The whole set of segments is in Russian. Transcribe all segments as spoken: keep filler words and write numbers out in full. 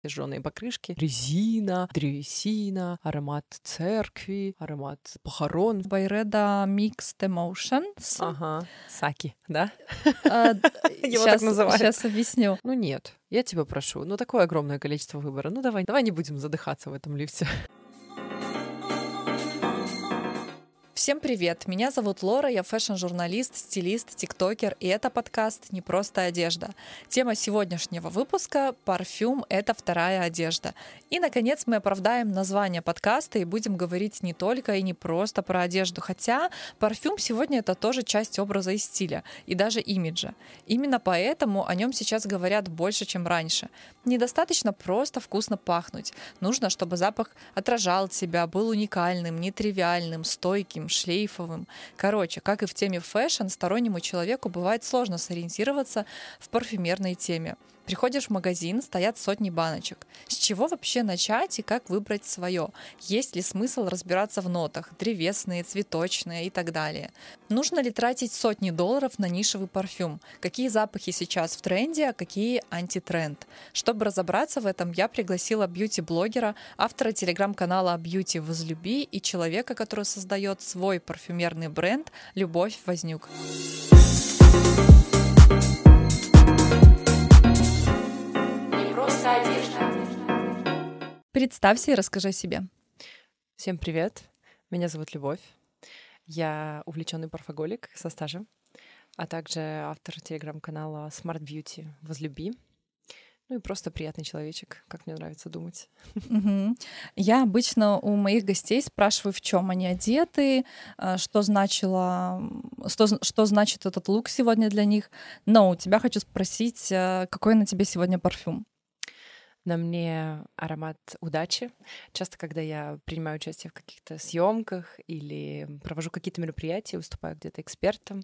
жжёные покрышки, резина, древесина, аромат церкви, аромат похорон. Байреда Mixed Emotions. Ага, саки, да? А, Его так Щас называют. щас объясню. Ну нет, я тебя прошу, ну такое огромное количество выбора. Ну давай, давай не будем задыхаться в этом лифте. Всем привет! Меня зовут Лора, я фэшн-журналист, стилист, тиктокер, и это подкаст «Не просто одежда». Тема сегодняшнего выпуска — парфюм — это вторая одежда. И, наконец, мы оправдаем название подкаста и будем говорить не только и не просто про одежду, хотя парфюм сегодня — это тоже часть образа и стиля, и даже имиджа. Именно поэтому о нем сейчас говорят больше, чем раньше. Недостаточно просто вкусно пахнуть. Нужно, чтобы запах отражал тебя, был уникальным, нетривиальным, стойким, шлейфовым. Короче, как и в теме фэшн, стороннему человеку бывает сложно сориентироваться в парфюмерной теме. Приходишь в магазин, стоят сотни баночек. С чего вообще начать и как выбрать свое? Есть ли смысл разбираться в нотах, древесные, цветочные и так далее? Нужно ли тратить сотни долларов на нишевый парфюм? Какие запахи сейчас в тренде, а какие антитренд? Чтобы разобраться в этом, я пригласила бьюти-блогера, автора телеграм-канала «Бьюти возлюби» и человека, который создает свой парфюмерный бренд «Любовь Вознюк». Представься и расскажи о себе. Всем привет, меня зовут Любовь. Я увлеченный парфоголик со стажем, а также автор телеграм-канала Smart Beauty возлюби. Ну и просто приятный человечек, как мне нравится думать. Угу. Я обычно у моих гостей спрашиваю, в чем они одеты, что значило, что, что значит этот лук сегодня для них. Но у тебя хочу спросить, какой на тебе сегодня парфюм? На мне аромат удачи. Часто, когда я принимаю участие в каких-то съемках или провожу какие-то мероприятия, выступаю где-то экспертом,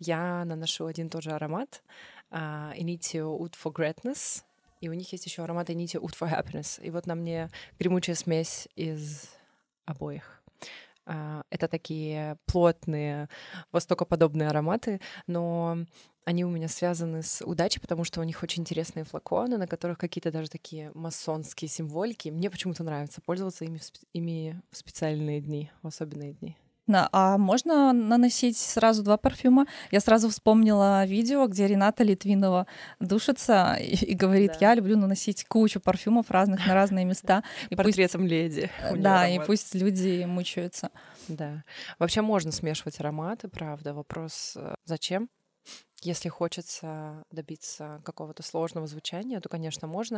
я наношу один и тот же аромат uh, Initio Oud for Greatness, и у них есть еще аромат Initio Oud for Happiness. И вот на мне гремучая смесь из обоих. Uh, это такие плотные, востокоподобные ароматы, но они у меня связаны с удачей, потому что у них очень интересные флаконы, на которых какие-то даже такие масонские символики. Мне почему-то нравится пользоваться ими в, спе- ими в специальные дни, в особенные дни. Да, а можно наносить сразу два парфюма? Я сразу вспомнила видео, где Рената Литвинова душится и, и говорит, Да. я люблю наносить кучу парфюмов разных на разные места. И Портретом пусть, леди. да, и пусть люди мучаются. Да. Вообще можно смешивать ароматы, правда. Вопрос, зачем? Если хочется добиться какого-то сложного звучания, то, конечно, можно,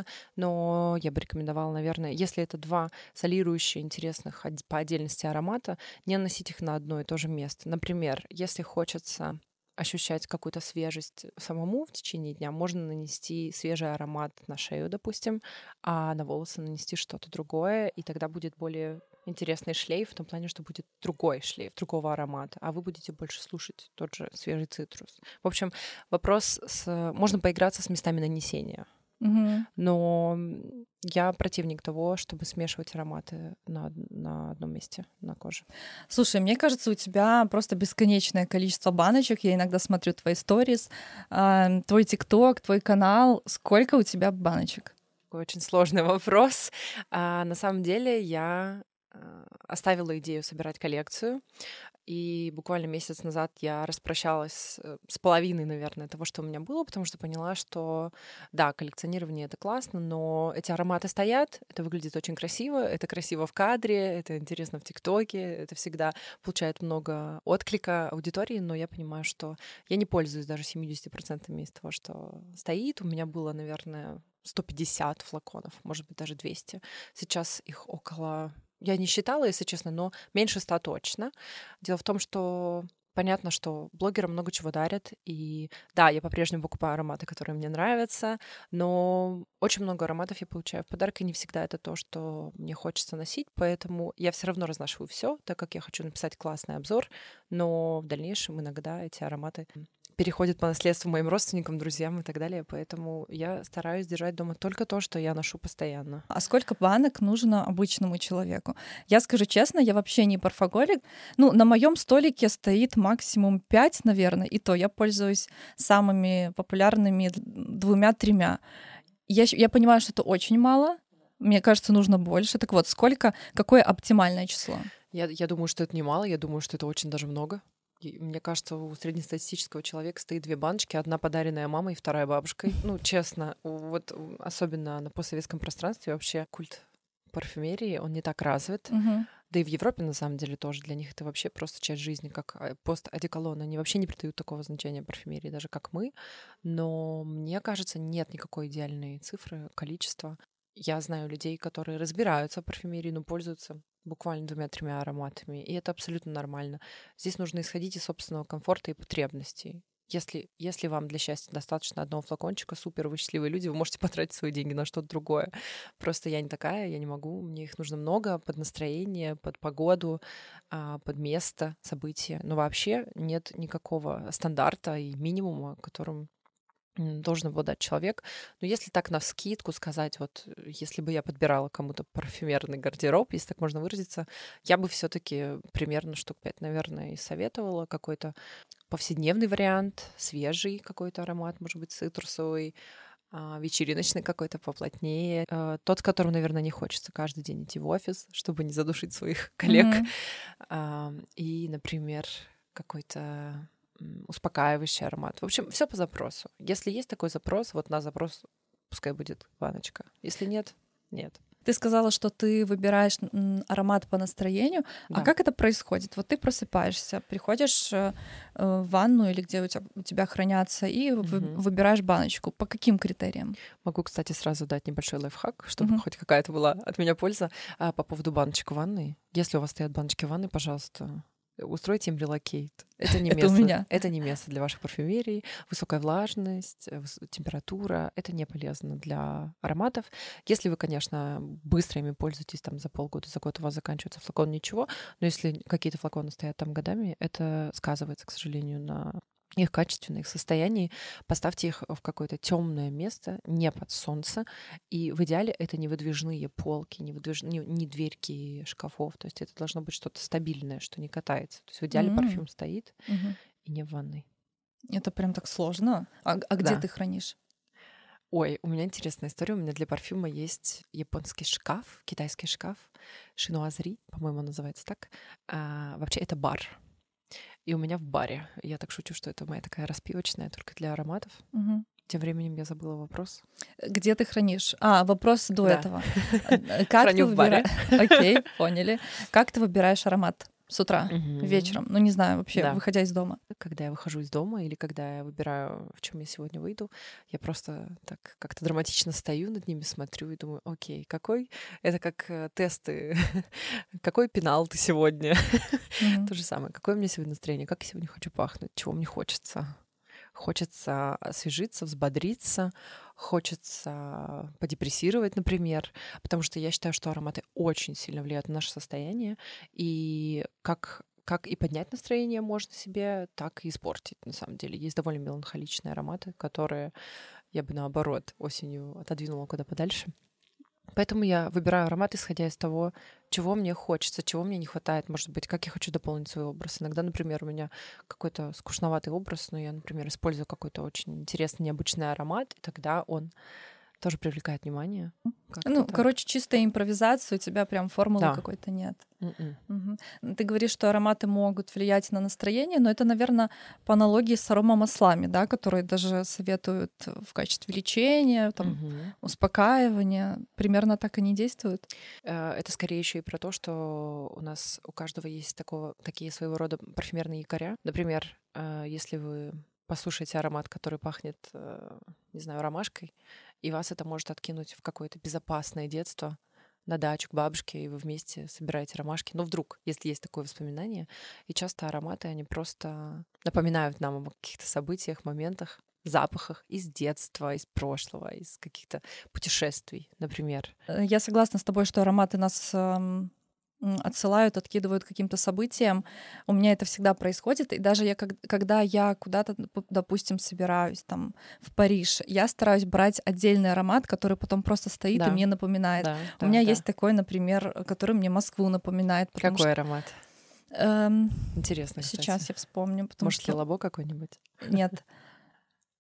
но я бы рекомендовала, наверное, если это два солирующие, интересных по отдельности аромата, не наносить их на одно и то же место. Например, если хочется ощущать какую-то свежесть самому в течение дня, можно нанести свежий аромат на шею, допустим, а на волосы нанести что-то другое, и тогда будет более интересный шлейф в том плане, что будет другой шлейф, другого аромата, а вы будете больше слушать тот же свежий цитрус. В общем, вопрос с... Можно поиграться с местами нанесения, угу. но я противник того, чтобы смешивать ароматы на, на одном месте на коже. Слушай, мне кажется, у тебя просто бесконечное количество баночек. Я иногда смотрю твои сторис, твой тикток, твой канал. Сколько у тебя баночек? Очень сложный вопрос. А, на самом деле я оставила идею собирать коллекцию, и буквально месяц назад я распрощалась с половиной, наверное, того, что у меня было, потому что поняла, что да, коллекционирование — это классно, но эти ароматы стоят, это выглядит очень красиво, это красиво в кадре, это интересно в ТикТоке, это всегда получает много отклика аудитории, но я понимаю, что я не пользуюсь даже семьдесят процентов из того, что стоит. У меня было, наверное, сто пятьдесят флаконов, может быть, даже двести. Сейчас их около... Я не считала, если честно, но меньше ста точно. Дело в том, что понятно, что блогерам много чего дарят, и да, я по-прежнему покупаю ароматы, которые мне нравятся, но очень много ароматов я получаю в подарок, и не всегда это то, что мне хочется носить, поэтому я все равно разнашиваю все, так как я хочу написать классный обзор, но в дальнейшем иногда эти ароматы переходит по наследству моим родственникам, друзьям и так далее, поэтому я стараюсь держать дома только то, что я ношу постоянно. А сколько банок нужно обычному человеку? Я скажу честно, я вообще не парфоголик. Ну, на моем столике стоит максимум пять, наверное, и то я пользуюсь самыми популярными двумя-тремя. Я, я понимаю, что это очень мало, Мне кажется, нужно больше. Так вот, сколько, какое оптимальное число? Я, я думаю, что это немало, я думаю, что это очень даже много. И мне кажется, у среднестатистического человека стоит две баночки, одна подаренная мамой, вторая бабушкой. Ну, честно, вот особенно на постсоветском пространстве вообще культ парфюмерии, он не так развит. Угу. Да и в Европе, на самом деле, тоже для них это вообще просто часть жизни, как пост-одеколон. Они вообще не придают такого значения парфюмерии, даже как мы. Но мне кажется, нет никакой идеальной цифры, количества. Я знаю людей, которые разбираются в парфюмерии, но пользуются буквально двумя-тремя ароматами, и это абсолютно нормально. Здесь нужно исходить из собственного комфорта и потребностей. Если, если вам для счастья достаточно одного флакончика, супер, вы счастливые люди, вы можете потратить свои деньги на что-то другое. Просто я не такая, я не могу, мне их нужно много под настроение, под погоду, а, под место, события. Но вообще нет никакого стандарта и минимума, которым м, должен обладать человек. Но если так навскидку сказать, вот э, если бы я подбирала кому-то парфюмерный гардероб, если так можно выразиться, я бы все таки примерно штук пять, наверное, и советовала. Какой-то повседневный вариант, свежий какой-то аромат, может быть, цитрусовый, а, вечериночный какой-то поплотнее. А, Тот, с которым, наверное, не хочется каждый день идти в офис, чтобы не задушить своих коллег. Мгм. А, И, например, какой-то м, успокаивающий аромат. В общем, все по запросу. Если есть такой запрос, вот на запрос пускай будет баночка. Если нет, нет. Ты сказала, что ты выбираешь м, аромат по настроению. А Да. как это происходит? Вот ты просыпаешься, приходишь э, э, в ванну или где у тебя, у тебя хранятся, и вы- Мгм. выбираешь баночку. По каким критериям? Могу, кстати, сразу дать небольшой лайфхак, чтобы Мгм. хоть какая-то была от меня польза. А, по поводу баночек в ванной. Если у вас стоят баночки в ванной, пожалуйста, устройте им релокейт. Это не Это у место. меня. Это не место для ваших парфюмерий. Высокая влажность, э, выс- температура. Это не полезно для ароматов. Если вы, конечно, быстро ими пользуетесь, там за полгода, за год у вас заканчивается флакон, ничего. Но если какие-то флаконы стоят там годами, это сказывается, к сожалению, на их качестве, на их состоянии. Поставьте их в какое-то темное место, не под солнце. И в идеале это не выдвижные полки, не, выдвиж... не, не дверьки шкафов. То есть это должно быть что-то стабильное, что не катается. То есть в идеале М. парфюм стоит Мгм. и не в ванной. Это прям так сложно. А, а где Да. ты хранишь? Ой, у меня интересная история. У меня для парфюма есть японский шкаф, китайский шкаф, шинуазри, по-моему, называется так. А, вообще это бар. И у меня в баре. Я так шучу, что это моя такая распивочная только для ароматов. Мгм. Тем временем я забыла вопрос. Где ты хранишь? А, вопрос до Да. этого. Э, Как Храню ты в баре. выбираешь? Окей, поняли. Как ты выбираешь аромат? С утра, Мгм. вечером? Ну, не знаю, вообще, Да. выходя из дома. Когда я выхожу из дома или когда я выбираю, в чем я сегодня выйду, я просто так как-то драматично стою над ними, смотрю и думаю, окей, какой... Это как э, тесты. Какой пенал ты сегодня? Мгм. То же самое. Какое у меня сегодня настроение? Как я сегодня хочу пахнуть? Чего мне хочется? Хочется освежиться, взбодриться, хочется подепрессировать, например, потому что я считаю, что ароматы очень сильно влияют на наше состояние, и как как и поднять настроение можно себе, так и испортить, на самом деле. Есть довольно меланхоличные ароматы, которые я бы, наоборот, осенью отодвинула куда подальше. Поэтому я выбираю аромат, исходя из того, чего мне хочется, чего мне не хватает, может быть, как я хочу дополнить свой образ. Иногда, например, у меня какой-то скучноватый образ, но я, например, использую какой-то очень интересный, необычный аромат, и тогда он тоже привлекает внимание. Как-то Ну, так. короче, чистая импровизация, у тебя прям формулы Да. какой-то нет. М-м. Мгм. Ты говоришь, что ароматы могут влиять на настроение, но это, наверное, по аналогии с аромамаслами, да, которые даже советуют в качестве лечения, там, Мгм. успокаивания. Примерно так они действуют. Э, Это скорее еще и про то, что у нас у каждого есть такого, такие своего рода парфюмерные якоря. Например, э, если вы послушаете аромат, который пахнет, э, не знаю, ромашкой, и вас это может откинуть в какое-то безопасное детство, на дачу к бабушке, и вы вместе собираете ромашки. Но вдруг, если есть такое воспоминание, и часто ароматы, они просто напоминают нам о каких-то событиях, моментах, запахах из детства, из прошлого, из каких-то путешествий, например. Э, Я согласна с тобой, что ароматы нас эм, м, отсылают, откидывают к каким-то событиям. У меня это всегда происходит. И даже я, как- когда я куда-то, доп- допустим, собираюсь там в Париж, я стараюсь брать отдельный аромат, который потом просто стоит и Да. мне напоминает. Да, У да, меня да. есть такой, например, который мне Москву напоминает. Потому Какой что, аромат? эм, Интересно, кстати. сейчас я вспомню, потому Может, что лилабо какой-нибудь? нет.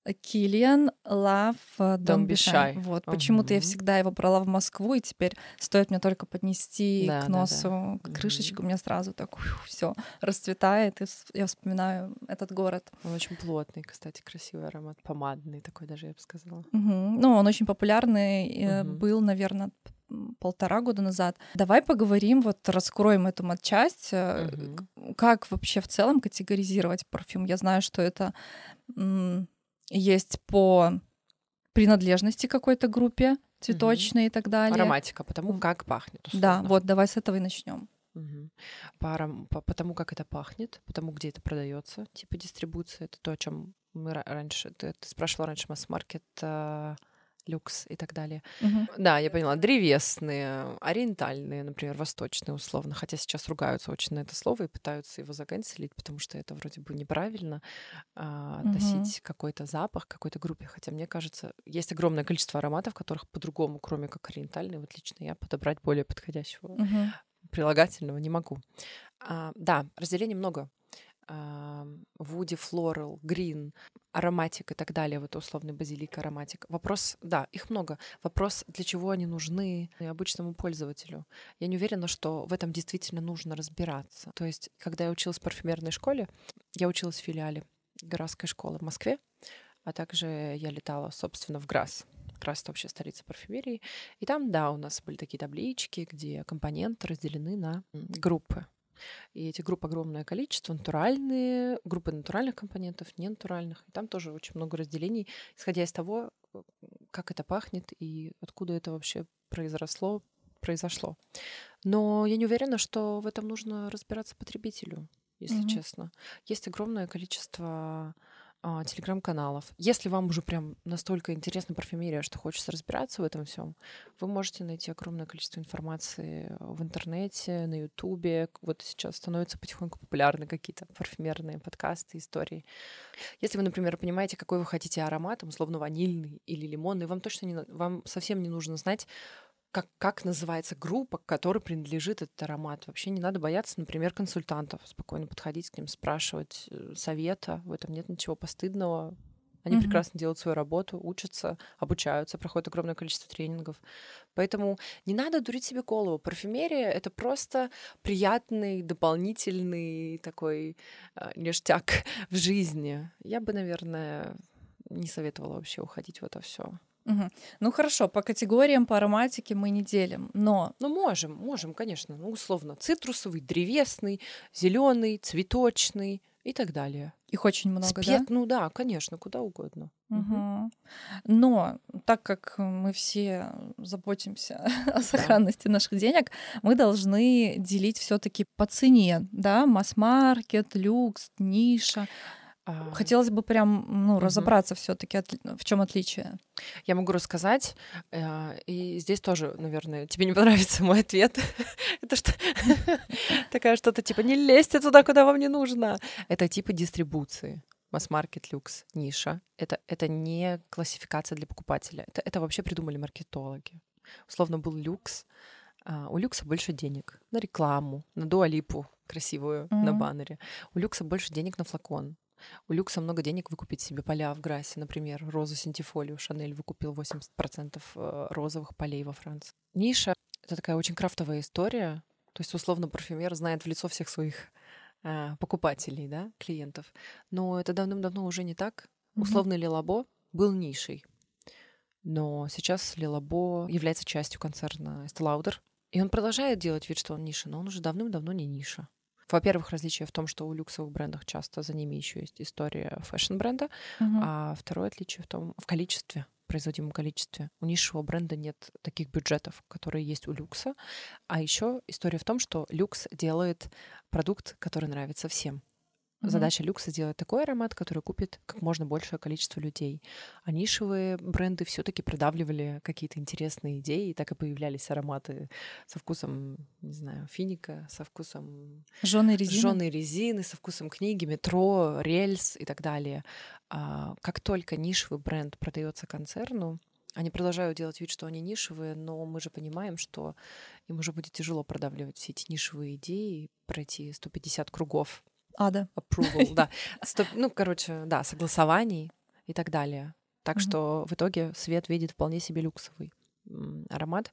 Киллиан Love Don't Don't Be be Shy. shy. Вот, почему-то я Мгм. всегда его брала в Москву, и теперь стоит мне только поднести Да, к да, да. носу крышечку, Мгм. у меня сразу так все расцветает, и вс- я вспоминаю этот город. Он очень плотный, кстати, красивый аромат, помадный такой даже, я бы сказала. Мгм. Ну, он очень популярный э, Мгм. был, наверное, полтора года назад. Давай поговорим, вот раскроем эту матчасть. э, Мгм. к- Как вообще в целом категоризировать парфюм? Я знаю, что это м, есть по принадлежности к какой-то группе цветочной и так далее. Ароматика, потому М, как пахнет, Да, условно. вот давай с этого и начнем. Мгм. По, аром- по- потому как это пахнет, потому где это продается, типа дистрибуция, это то, о чем мы ра- раньше, ты, ты спрашивала раньше, масс-маркет, а, люкс и так далее. Мгм. Да, я поняла. Древесные, ориентальные, например, восточные, условно. Хотя сейчас ругаются очень на это слово и пытаются его заканцелить, потому что это вроде бы неправильно а, Мгм. относить какой-то запах к какой-то группе. Хотя, мне кажется, есть огромное количество ароматов, которых по-другому, кроме как ориентальные, вот лично я подобрать более подходящего Мгм. прилагательного не могу. А, да, разделений много. Вуди, флорал, грин, ароматик и так далее, вот условный базилик, ароматик. Вопрос, да, их много. Вопрос, для чего они нужны обычному пользователю. Я не уверена, что в этом действительно нужно разбираться. То есть, когда я училась в парфюмерной школе, я училась в филиале Гарасской школы в Москве, а также я летала, собственно, в ГРАС. ГРАС — это вообще столица парфюмерии. И там, да, у нас были такие таблички, где компоненты разделены на м, группы. И этих групп огромное количество. Натуральные, группы натуральных компонентов, ненатуральных. И там тоже очень много разделений, исходя из того, э, как это пахнет и откуда это вообще произросло, произошло. Но я не уверена, что в этом нужно разбираться потребителю, если Мгм. честно. Есть огромное количество а, телеграм-каналов. Если вам уже прям настолько интересна парфюмерия, что хочется разбираться в этом всем, вы можете найти огромное количество информации в интернете, на Ютубе. Вот сейчас становятся потихоньку популярны какие-то парфюмерные подкасты, истории. Если вы, например, понимаете, какой вы хотите аромат, там, условно ванильный или лимонный, вам точно не, на- вам совсем не нужно знать, как, как называется группа, к которой принадлежит этот аромат. Вообще не надо бояться, например, консультантов. Спокойно подходить к ним, спрашивать э, совета. В этом нет ничего постыдного. Они Мгм. прекрасно делают свою работу, учатся, обучаются, проходят огромное количество тренингов. Поэтому не надо дурить себе голову. Парфюмерия — это просто приятный, дополнительный такой э, ништяк в жизни. Я бы, наверное, не советовала вообще уходить в это все. Мгм. Ну хорошо, по категориям, по ароматике мы не делим, но Ну, можем, можем, конечно. Ну, условно, цитрусовый, древесный, зеленый, цветочный и так далее. их очень много, Спет, да? ну да, конечно, куда угодно. Мгм. Мгм. Но так как мы все заботимся о Да. сохранности наших денег, мы должны делить все-таки по цене, да, масс-маркет, люкс, ниша. А, Хотелось бы прям, ну, мгм. разобраться все-таки, в чем отличие. Я могу рассказать, э, и здесь тоже, наверное, тебе не понравится мой ответ. Это что такая что-то типа «не лезьте туда, куда вам не нужно». Это типы дистрибуции. Масс-маркет, люкс, ниша. Это, это не классификация для покупателя. Это, это вообще придумали маркетологи. Условно был люкс. А, у люкса больше денег на рекламу, на дуалипу красивую на Мгм. баннере. У люкса больше денег на флакон. У люкса много денег выкупить себе поля в Грасе, например, розу синтифолию. Шанель выкупил восемьдесят процентов э, розовых полей во Франции. Ниша — это такая очень крафтовая история. То есть, условно, парфюмер знает в лицо всех своих а, покупателей, да, клиентов. Но это давным-давно уже не так. Мгм. Условный Le Labo был нишей. Но сейчас Le Labo является частью концерна Estée Lauder. И он продолжает делать вид, что он ниша, но он уже давным-давно не ниша. Во-первых, различие в том, что у люксовых брендов часто за ними еще есть история фэшн-бренда, Мгм. а второе отличие в том, в количестве, производимом количестве. У низшего бренда нет таких бюджетов, которые есть у люкса. А еще история в том, что люкс делает продукт, который нравится всем. Мгм. Задача люкса — сделать такой аромат, который купит как можно большее количество людей. А нишевые бренды все-таки продавливали какие-то интересные идеи, и так и появлялись ароматы со вкусом, не знаю, финика, со вкусом Жжёной резины. сжёной резины, со вкусом книги, метро, рельс и так далее. А, как только нишевый бренд продается концерну, они продолжают делать вид, что они нишевые, но мы же понимаем, что им уже будет тяжело продавливать все эти нишевые идеи, пройти сто пятьдесят кругов Ада. approval, да. Сто- ну, короче, да, согласований. и так далее. Так Мгм. что в итоге Свет видит вполне себе люксовый м, аромат.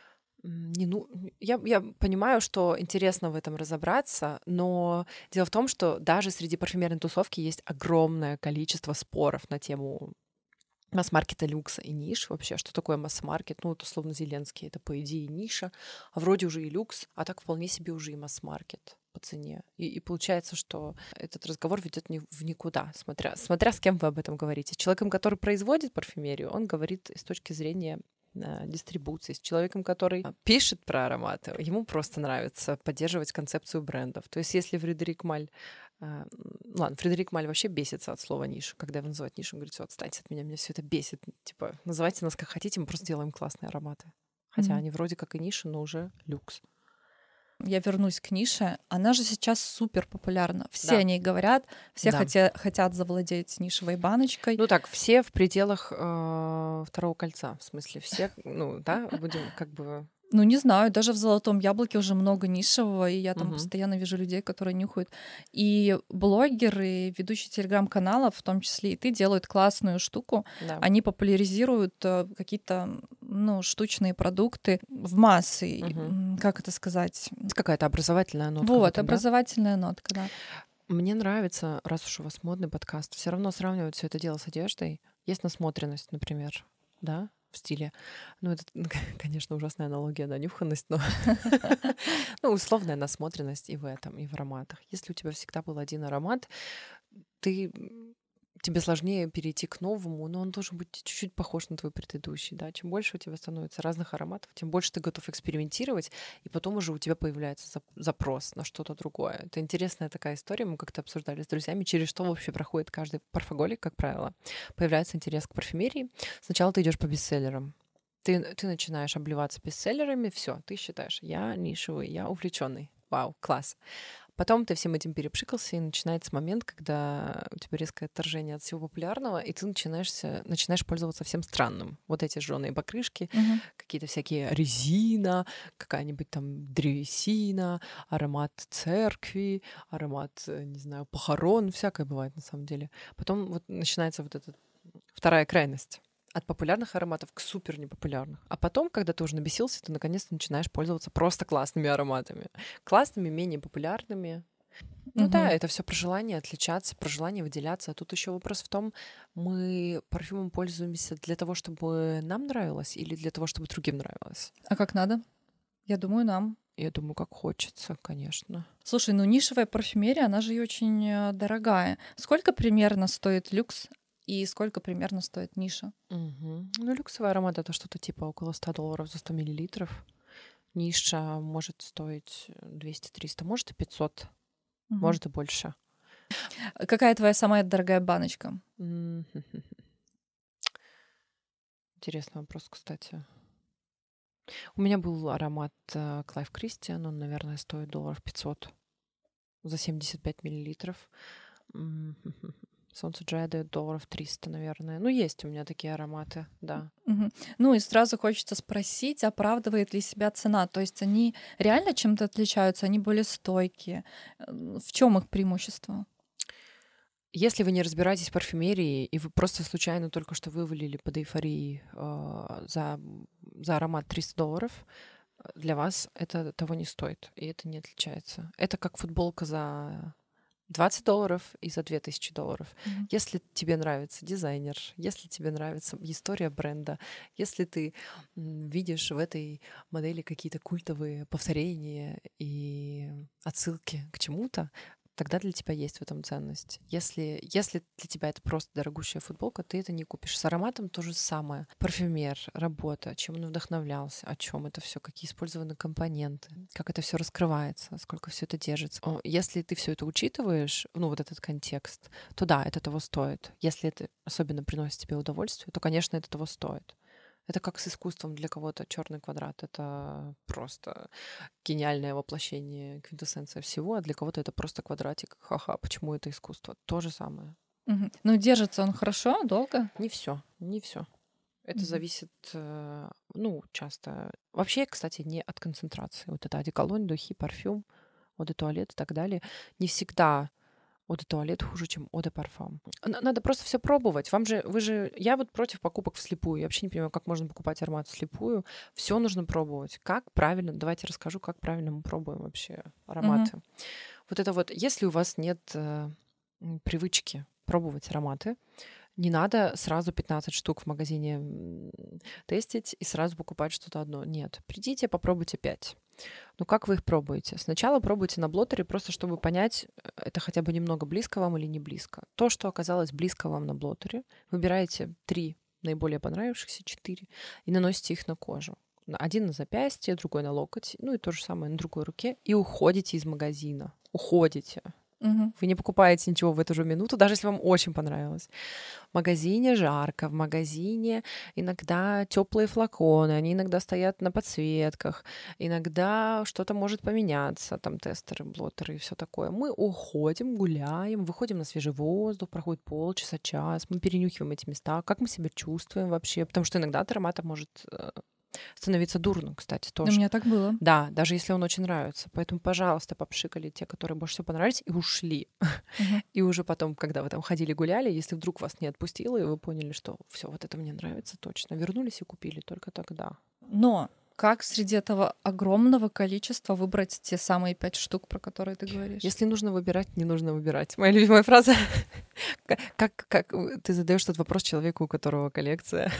М, Не, ну, я, я понимаю, что интересно в этом разобраться, но дело в том, что даже среди парфюмерной тусовки есть огромное количество споров на тему масс-маркета, люкса и ниш вообще. Что такое масс-маркет? Ну, вот условно Зеленский, это по идее ниша, а вроде уже и люкс, а так вполне себе уже и масс-маркет по цене. И, и получается, что этот разговор ведет ни, в никуда, смотря, смотря с кем вы об этом говорите. С человеком, который производит парфюмерию, он говорит с точки зрения э, дистрибуции. С человеком, который пишет про ароматы, ему просто нравится поддерживать концепцию брендов. То есть если Фредерик Маль а, ну ладно, Фредерик Маль вообще бесится от слова ниша. Когда его называют нишей, он говорит: все, отстаньте от меня, меня все это бесит. Типа, называйте нас как хотите, мы просто делаем классные ароматы. Хотя Мгм. они вроде как и ниши, но уже люкс. Я вернусь к нише. Она же сейчас супер популярна. Все Да. о ней говорят, все Да. хотя- хотят завладеть нишевой баночкой. Ну так, все в пределах э, второго кольца. В смысле, все, ну да, будем как бы... Ну, не знаю, даже в «Золотом яблоке» уже много нишевого, и я там Мгм. постоянно вижу людей, которые нюхают. И блогеры, ведущие телеграм-каналов, в том числе и ты, делают классную штуку. Да. Они популяризируют э, какие-то, ну, штучные продукты в массы. Мгм. М, Как это сказать? Есть какая-то образовательная нотка в Вот, этом, да? образовательная нотка, да. Мне нравится, раз уж у вас модный подкаст, все равно сравнивать все это дело с одеждой. Есть насмотренность, например, да, в стиле. Ну, это, ну, конечно, ужасная аналогия, да, нюханность, но ну, условная насмотренность и в этом, и в ароматах. Если у тебя всегда был один аромат, ты м, тебе сложнее перейти к новому, но он должен быть чуть-чуть похож на твой предыдущий, да. Чем больше у тебя становится разных ароматов, тем больше ты готов экспериментировать, и потом уже у тебя появляется зап- запрос на что-то другое. Это интересная такая история, мы как-то обсуждали с друзьями, через что вообще проходит каждый парфоголик, как правило. Появляется интерес к парфюмерии. Сначала ты идешь по бестселлерам. Ты, ты начинаешь обливаться бестселлерами, все, ты считаешь, я нишевый, я увлеченный. Вау, класс. Потом ты всем этим перепшикался, и начинается момент, когда у тебя резкое отторжение от всего популярного, и ты начинаешься, начинаешь пользоваться всем странным. Вот эти жженые покрышки, Мгм. какие-то всякие резина, какая-нибудь там древесина, аромат церкви, аромат, э, не знаю, похорон, всякое бывает на самом деле. Потом вот начинается вот эта вторая крайность. От популярных ароматов к супер непопулярных. А потом, когда ты уже набесился, ты наконец-то начинаешь пользоваться просто классными ароматами. Классными, менее популярными. Ну да, Мгм. это все про желание отличаться, про желание выделяться. А тут еще вопрос в том, мы парфюмом пользуемся для того, чтобы нам нравилось, или для того, чтобы другим нравилось. А как надо? Я думаю, нам. Я думаю, как хочется, конечно. Слушай, ну нишевая парфюмерия, она же и очень э, дорогая. Сколько примерно стоит люкс и сколько примерно стоит ниша? Мгм. Ну, люксовый аромат — это что-то типа около ста долларов за сто миллилитров. Ниша может стоить двести-триста, может и пятьсот, Мгм. может и больше. А Какая твоя самая дорогая баночка? М, Интересный вопрос, кстати. У меня был аромат э, Clive Christian, он, наверное, стоит долларов пятьсот за семьдесят пять миллилитров. М, Солнце Джеды долларов триста, наверное. Ну, есть у меня такие ароматы, да. Мгм. Ну и сразу хочется спросить, оправдывает ли себя цена? То есть они реально чем-то отличаются, они более стойкие? Э, В чем их преимущество? Если вы не разбираетесь в парфюмерии, и вы просто случайно только что вывалили под эйфорией э, за, за аромат триста долларов, э, для вас это того не стоит, и это не отличается. Это как футболка за двадцать долларов и за две тысячи долларов. Мгм. Если тебе нравится дизайнер, если тебе нравится история бренда, если ты м, видишь в этой модели какие-то культовые повторения и отсылки к чему-то, тогда для тебя есть в этом ценность. Если, если для тебя это просто дорогущая футболка, ты это не купишь. С ароматом то же самое. Парфюмер, работа, чем он вдохновлялся, о чем это все, какие использованы компоненты, как это все раскрывается, сколько все это держится. О, Если ты все это учитываешь, ну вот этот контекст, то да, это того стоит. Если это особенно приносит тебе удовольствие, то, конечно, это того стоит. Это как с искусством для кого-то черный квадрат. Это просто гениальное воплощение, квинтэссенция всего, а для кого-то это просто квадратик. Ха-ха, почему это искусство? То же самое. Мгм. Ну держится он хорошо, долго? Не все, не все. Это Мгм. зависит, э, ну, часто. Вообще, кстати, не от концентрации. Вот это одеколонь, духи, парфюм, eau de туалет и так далее. Не всегда Eau de туалет хуже, чем Eau de парфюм. Надо просто все пробовать. Вам же, вы же, я вот против покупок вслепую. Я вообще не понимаю, как можно покупать аромат вслепую. Все нужно пробовать. Как правильно? Давайте расскажу, как правильно мы пробуем вообще ароматы. Mm-hmm. Вот это вот, если у вас нет э, привычки пробовать ароматы, не надо сразу пятнадцать штук в магазине тестить и сразу покупать что-то одно. Нет, придите, попробуйте пять. Ну как вы их пробуете? Сначала пробуйте на блотере, просто чтобы понять, это хотя бы немного близко вам или не близко. То, что оказалось близко вам на блотере, выбираете три наиболее понравившихся, четыре, и наносите их на кожу. Один на запястье, другой на локоть, ну и то же самое на другой руке, и уходите из магазина. Уходите. Угу. Вы не покупаете ничего в эту же минуту, даже если вам очень понравилось. В магазине жарко, в магазине иногда теплые флаконы, они иногда стоят на подсветках, иногда что-то может поменяться, там тестеры, блотеры и все такое. Мы уходим, гуляем, выходим на свежий воздух, проходит полчаса, час, мы перенюхиваем эти места, как мы себя чувствуем вообще, потому что иногда от аромата может становиться дурно, кстати, тоже. У меня так было. Да, даже если он очень нравится. Поэтому, пожалуйста, попшикали те, которые больше всего понравились, и ушли. Uh-huh. И уже потом, когда вы там ходили, гуляли, если вдруг вас не отпустило, и вы поняли, что все, вот это мне нравится точно, вернулись и купили только тогда. Но как среди этого огромного количества выбрать те самые пять штук, про которые ты говоришь? Если нужно выбирать, не нужно выбирать. Моя любимая фраза. Как, как ты задаешь этот вопрос человеку, у которого коллекция?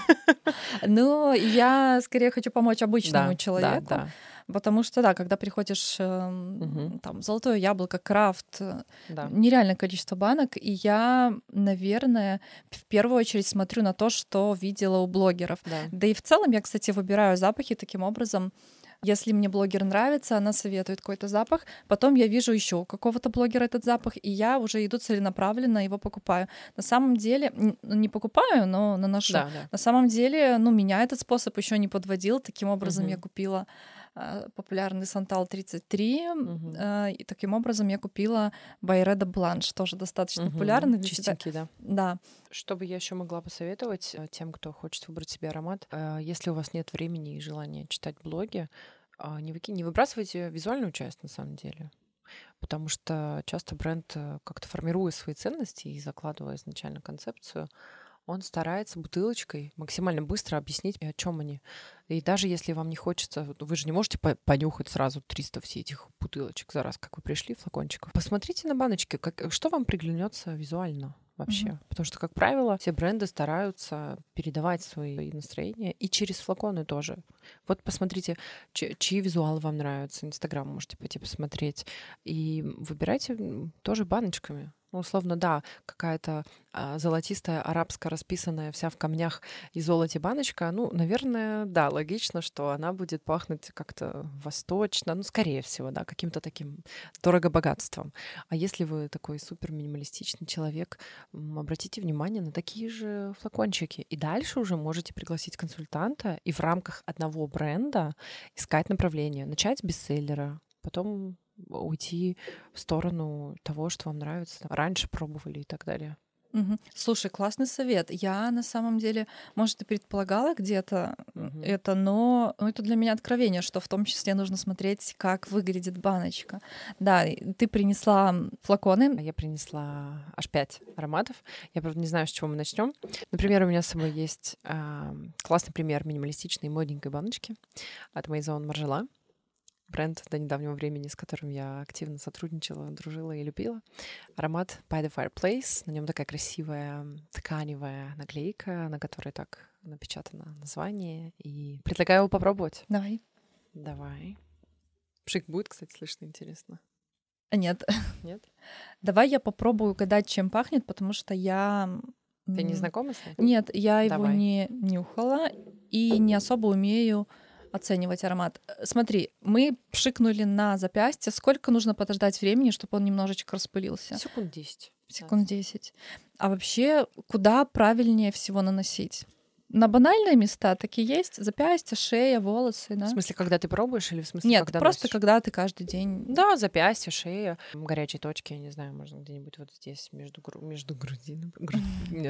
Ну, я скорее хочу помочь обычному да, человеку. Да, да. Потому что, да, когда приходишь, угу. там, золотое яблоко, крафт, да. нереальное количество банок, и я, наверное, в первую очередь смотрю на то, что видела у блогеров. Да, да и в целом я, кстати, выбираю запахи таким образом. Если мне блогер нравится, она советует какой-то запах, потом я вижу еще у какого-то блогера этот запах, и я уже иду целенаправленно его покупаю. На самом деле, не покупаю, но наношу. Да, да. На самом деле, ну, меня этот способ еще не подводил. Таким образом, угу. я купила э, популярный Сантал тридцать три, угу. э, и таким образом я купила Байреда Бланш, тоже достаточно угу. популярный. Чистенький, да. Да. Что бы я еще могла посоветовать тем, кто хочет выбрать себе аромат, если у вас нет времени и желания читать блоги, не, выки... не выбрасывайте визуальную часть на самом деле. Потому что часто бренд, как-то формируя свои ценности и закладывая изначально концепцию, он старается бутылочкой максимально быстро объяснить, о чем они. И даже если вам не хочется, вы же не можете понюхать сразу триста все этих бутылочек за раз, как вы пришли, флакончиков. Посмотрите на баночки, как, что вам приглянется визуально вообще. Mm-hmm. Потому что, как правило, все бренды стараются передавать свои настроения и через флаконы тоже. Вот посмотрите, чьи, чьи визуалы вам нравятся. Инстаграм можете пойти посмотреть. И выбирайте тоже баночками. Ну, условно, да, какая-то а, золотистая, арабская, расписанная вся в камнях и золоте баночка, ну, наверное, да, логично, что она будет пахнуть как-то восточно, ну, скорее всего, да, каким-то таким дорого-богатством. А если вы такой супер-минималистичный человек, обратите внимание на такие же флакончики. И дальше уже можете пригласить консультанта и в рамках одного бренда искать направление. Начать с бестселлера, потом уйти в сторону того, что вам нравится, раньше пробовали и так далее. Угу. Слушай, классный совет. Я на самом деле, может, и предполагала где-то угу. это, но ну, это для меня откровение, что в том числе нужно смотреть, как выглядит баночка. Да, ты принесла флаконы. Я принесла аж пять ароматов. Я, правда, не знаю, с чего мы начнем. Например, у меня с собой есть э, классный пример минималистичной модненькой баночки от Maison Margiela. Бренд до недавнего времени, с которым я активно сотрудничала, дружила и любила. Аромат By the Fireplace. На нем такая красивая тканевая наклейка, на которой так напечатано название. И предлагаю его попробовать. Давай. Давай. Пшик будет, кстати, слышно, интересно. Нет. Нет? Давай я попробую угадать, чем пахнет, потому что я... Ты не знакома с ним? Нет, я Давай. его не нюхала и не особо умею оценивать аромат. Смотри, мы пшикнули на запястье. Сколько нужно подождать времени, чтобы он немножечко распылился? Секунд десять. Секунд десять. А вообще, куда правильнее всего наносить? На банальные места такие есть? Запястье, шея, волосы, да? В смысле, когда ты пробуешь или в смысле, Нет, когда просто носишь? когда ты каждый день... Да, запястье, шея, горячие точки, я не знаю, можно где-нибудь вот здесь, между, гру... между грудиной. Груд... Нет.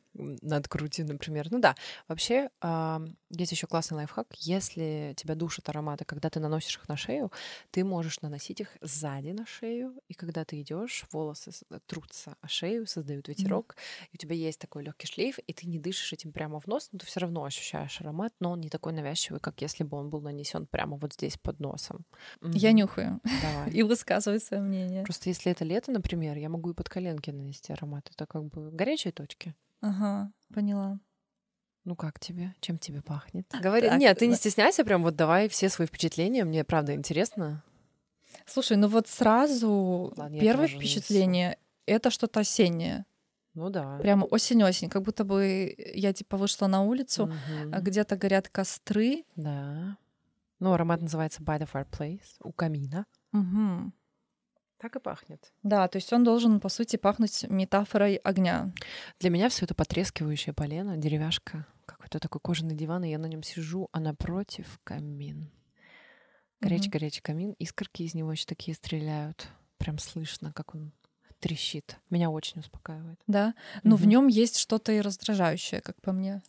надкрути, например. Ну да, вообще а, есть еще классный лайфхак. Если тебя душат ароматы, когда ты наносишь их на шею, ты можешь наносить их сзади на шею, и когда ты идешь, волосы с- трутся о шею, создают ветерок, и у тебя есть такой легкий шлейф, и ты не дышишь этим прямо в нос, но ты все равно ощущаешь аромат, но он не такой навязчивый, как если бы он был нанесен прямо вот здесь под носом. Я Мгм. нюхаю Давай. и высказываю свое мнение. Просто если это лето, например, я могу и под коленки нанести аромат. Это как бы горячие точки. Ага, поняла. Ну как тебе? Чем тебе пахнет? Говори. Так, Нет, ты не на- стесняйся, прям вот давай все свои впечатления. Мне правда интересно. слушай, ну вот сразу Ладно, я первое тоже нанесу. впечатление — это что-то осеннее. Ну да. Прямо осень-осень, как будто бы я типа вышла на улицу, а Мгм. где-то горят костры. Да. Ну, аромат называется By the Fireplace, у камина. Мгм. Так и пахнет. Да, то есть он должен, по сути, пахнуть метафорой огня. Для меня все это потрескивающее полено, деревяшка, какой-то такой кожаный диван, и я на нем сижу, а напротив камин. Горячий-горячий камин, искорки из него еще такие стреляют. Прям слышно, как он трещит. Меня очень успокаивает. Да, но в Мгм. нем есть что-то и раздражающее, как по мне.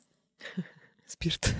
Спирт.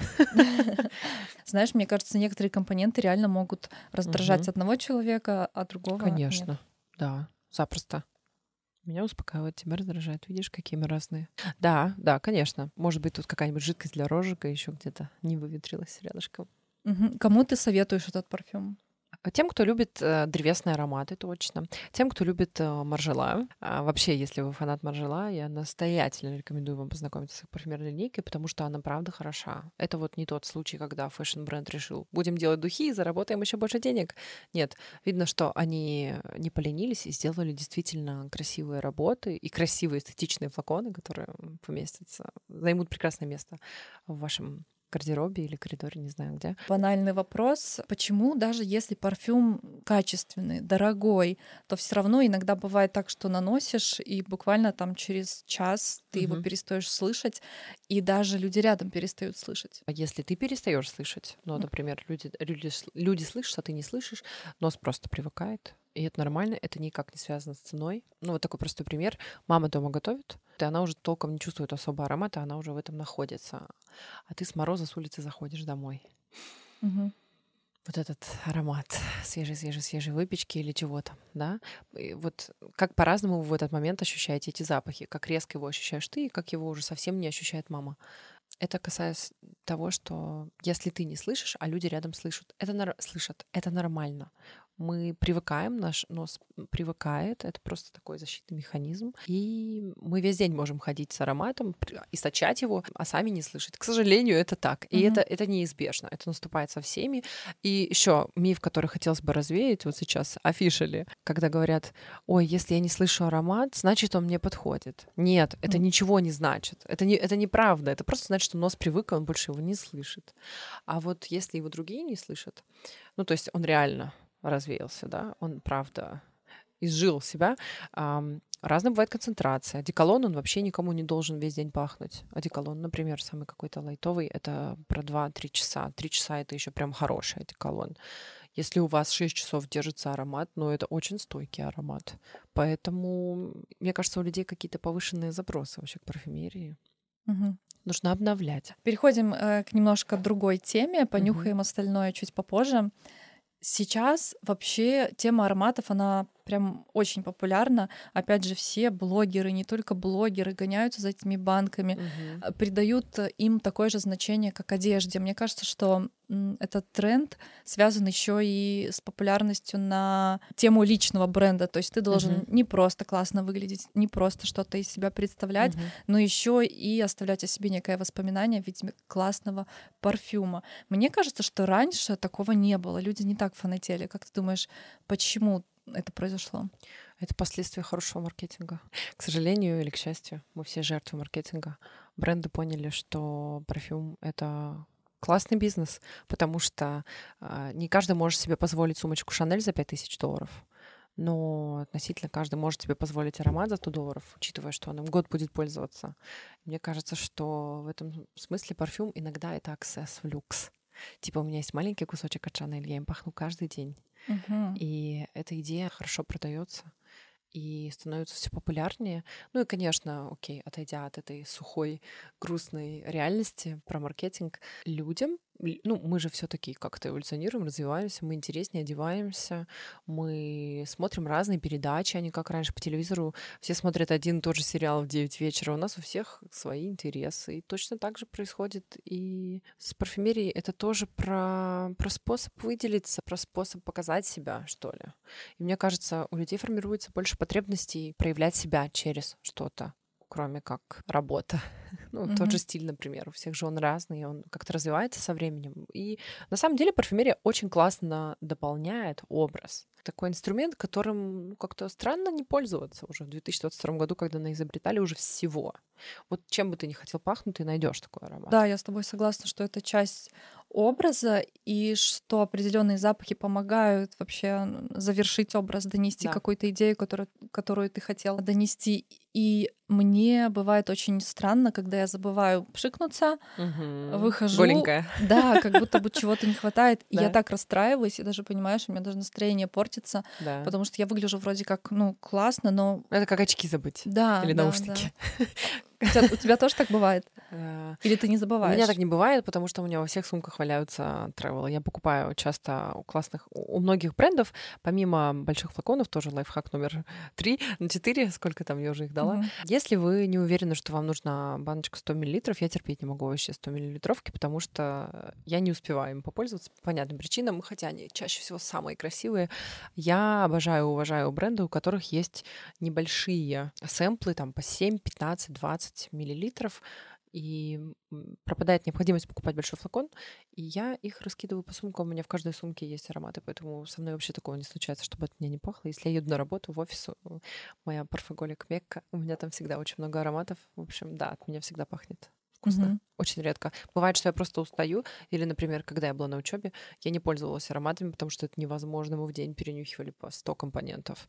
Знаешь, мне кажется, некоторые компоненты реально могут раздражать Мгм. одного человека, а другого нет. Конечно. Да, запросто. Меня успокаивает, тебя раздражает. Видишь, какие мы разные. Да, да, конечно. Может быть, тут какая-нибудь жидкость для розжига еще где-то не выветрилась рядышком. Мгм. Кому ты советуешь этот парфюм? А Тем, кто любит э, древесные ароматы, точно. Тем, кто любит э, маржела. А вообще, если вы фанат маржела, я настоятельно рекомендую вам познакомиться с их парфюмерной линейкой, потому что она правда хороша. Это вот не тот случай, когда фэшн-бренд решил, будем делать духи и заработаем еще больше денег. Нет, видно, что они не поленились и сделали действительно красивые работы и красивые эстетичные флаконы, которые поместятся, займут прекрасное место в вашем гардеробе или коридоре, не знаю где. Банальный вопрос. Почему даже если парфюм качественный, дорогой, то все равно иногда бывает так, что наносишь, и буквально там через час ты его Мгм. перестаешь слышать, и даже люди рядом перестают слышать. А если ты перестаешь слышать, ну, М. например, люди, люди, сл- люди слышат, а ты не слышишь, нос просто привыкает, и это нормально, это никак не связано с ценой. Ну, вот такой простой пример. Мама дома готовит, и она уже толком не чувствует особо аромата, она уже в этом находится. А ты с мороза с улицы заходишь домой. Мгм. Вот этот аромат свежей-свежей-свежей выпечки или чего-то, да? И вот как по-разному вы в этот момент ощущаете эти запахи, как резко его ощущаешь ты, и как его уже совсем не ощущает мама. Это касается того, что если ты не слышишь, а люди рядом слышат, это нар- слышат, это нормально. Мы привыкаем, наш нос привыкает, это просто такой защитный механизм. И мы весь день можем ходить с ароматом, при- источать его, а сами не слышать. К сожалению, это так. И Мгм. это, это неизбежно. Это наступает со всеми. И еще миф, который хотелось бы развеять вот сейчас, officially, когда говорят, ой, если я не слышу аромат, значит, он мне подходит. Нет, это Мгм. ничего не значит. Это, не, это неправда. Это просто значит, что нос привык, и он больше его не слышит. А вот если его другие не слышат, ну, то есть он реально развеялся, да, он, правда, изжил себя. ам, Разная бывает концентрация. Одеколон, он вообще никому не должен весь день пахнуть. Одеколон, например, самый какой-то лайтовый, это про два-три часа. Три часа — это еще прям хороший одеколон. Если у вас шесть часов держится аромат, ну, это очень стойкий аромат. Поэтому, мне кажется, у людей какие-то повышенные запросы вообще к парфюмерии. Мгм. Нужно обновлять. Переходим э, к немножко другой теме, Мгм. понюхаем остальное чуть попозже. Сейчас вообще тема ароматов, она прям очень популярна. Опять же, все блогеры, не только блогеры, гоняются за этими банками, Мгм. а, придают э, им такое же значение, как одежде. Мне кажется, что м, этот тренд связан еще и с популярностью на тему личного бренда. То есть ты должен Мгм. не просто классно выглядеть, не просто что-то из себя представлять, Мгм. но еще и оставлять о себе некое воспоминание в виде классного парфюма. Мне кажется, что раньше такого не было. Люди не так фанатели. Как ты думаешь, почему это произошло? Это последствия хорошего маркетинга. К сожалению или к счастью, мы все жертвы маркетинга. Бренды поняли, что парфюм — это классный бизнес, потому что а, не каждый может себе позволить сумочку Шанель за пять тысяч долларов, но относительно каждый может себе позволить аромат за сто долларов, учитывая, что он им год будет пользоваться. Мне кажется, что в этом смысле парфюм иногда это аксесс в люкс. Типа у меня есть маленький кусочек от Шанель, я им пахну каждый день. Мгм. И эта идея хорошо продается. и становятся все популярнее. Ну и, конечно, окей, отойдя от этой сухой, грустной реальности про маркетинг, людям, л- ну, мы же все-таки как-то эволюционируем, развиваемся, мы интереснее одеваемся, мы смотрим разные передачи, а не как раньше по телевизору. Все смотрят один и тот же сериал в девять вечера. У нас у всех свои интересы. И точно так же происходит и с парфюмерией. Это тоже про, про способ выделиться, про способ показать себя, что ли. И мне кажется, у людей формируется больше потребностей проявлять себя через что-то, кроме как работа. Ну, Мгм. тот же стиль, например, у всех же он разный, он как-то развивается со временем. И на самом деле парфюмерия очень классно дополняет образ. Такой инструмент, которым ну, как-то странно не пользоваться уже в две тысячи двадцать втором году, когда на изобретали уже всего. Вот чем бы ты ни хотел пахнуть, ты найдешь такой аромат. Да, я с тобой согласна, что это часть образа, и что определенные запахи помогают вообще м, завершить образ, донести Да. какую-то идею, которую, которую ты хотел донести. И мне бывает очень странно, когда я забываю пшикнуться, Мгм. выхожу, Голенькая. да, как будто бы чего-то не хватает. И я Да. так расстраиваюсь, и даже, понимаешь, у меня даже настроение портится, Да. потому что я выгляжу вроде как, ну, классно, но Это как очки забыть. да, Или да, наушники. да. У тебя, у тебя тоже так бывает? Э, Или ты не У забываешь? меня так не бывает, потому что у меня во всех сумках валяются тревелы. Я покупаю часто у классных, у у многих брендов, помимо больших флаконов, тоже лайфхак номер три, на четыре, сколько там я уже их дала. Мгм. Если вы не уверены, что вам нужна баночка сто миллилитров, я терпеть не могу вообще сто миллилитровки, потому что я не успеваю им попользоваться по понятным причинам, хотя они чаще всего самые красивые. Я обожаю, уважаю бренды, у которых есть небольшие сэмплы, там по семь, пятнадцать, двадцать миллилитров, и м, пропадает необходимость покупать большой флакон, и я их раскидываю по сумкам. У меня в каждой сумке есть ароматы, поэтому со мной вообще такого не случается, чтобы от меня не пахло. Если я еду на работу, в офис, э, моя парфоголик Мекка, у меня там всегда очень много ароматов. В общем, да, от меня всегда пахнет вкусно. Мгм. Очень редко. Бывает, что я просто устаю, или, например, когда я была на учебе, я не пользовалась ароматами, потому что это невозможно. Мы в день перенюхивали по сто компонентов,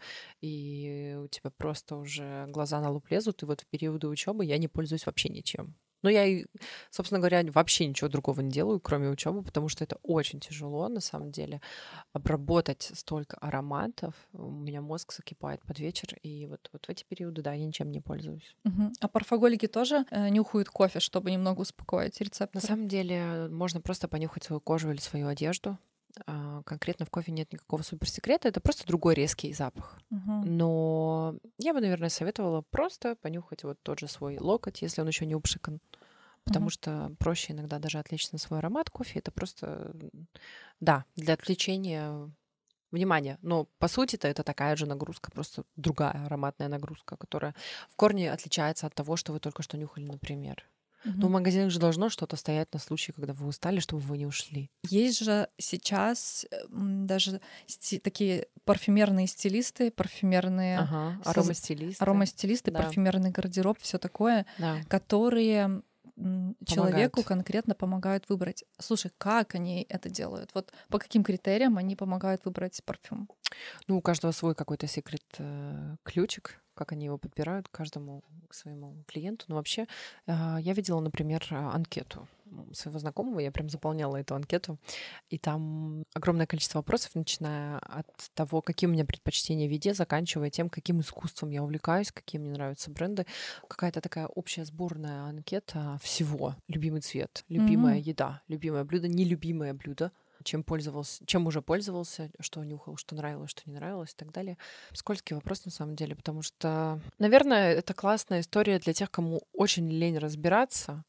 и у тебя просто уже глаза на лоб лезут, и вот в периоды учебы я не пользуюсь вообще ничем. Но я, и, собственно говоря, вообще ничего другого не делаю, кроме учебы, потому что это очень тяжело, на самом деле, обработать столько ароматов. У меня мозг закипает под вечер, и вот, вот в эти периоды, да, я ничем не пользуюсь. Мгм. А парфоголики тоже э, нюхают кофе, чтобы немного успокоить На рецепторы? самом деле можно просто понюхать свою кожу или свою одежду. А, Конкретно в кофе нет никакого суперсекрета, это просто другой резкий запах. Мгм. Но я бы, наверное, советовала просто понюхать вот тот же свой локоть, если он еще не упшикан. Потому Мгм. что проще иногда даже отвлечься на свой аромат кофе. Это просто, м, да, для отвлечения внимания. Но по сути-то это такая же нагрузка, просто другая ароматная нагрузка, которая в корне отличается от того, что вы только что нюхали, например. Но в Мгм. магазинах же должно что-то стоять на случай, когда вы устали, чтобы вы не ушли. Есть же сейчас э, м, даже сти- такие парфюмерные стилисты, парфюмерные Ага, соз- аромастилисты. аромастилисты, Да, парфюмерный гардероб, все такое, да, которые м, человеку помогают. конкретно помогают выбрать. Слушай, как они это делают? Вот по каким критериям они помогают выбрать парфюм? Ну, у каждого свой какой-то секрет э, ключик, как они его подбирают к каждому к своему клиенту. Но вообще, а, я видела, например, а, анкету м, своего знакомого, я прям заполняла эту анкету, и там огромное количество вопросов, начиная от того, какие у меня предпочтения в еде, заканчивая тем, каким искусством я увлекаюсь, какие мне нравятся бренды. Какая-то такая общая сборная анкета всего. Любимый цвет, любимая Мгм. еда, любимое блюдо, нелюбимое блюдо, чем пользовался, чем уже пользовался, что нюхал, что нравилось, что не нравилось и так далее. Скользкий вопрос на самом деле, потому что, наверное, это классная история для тех, кому очень лень разбираться,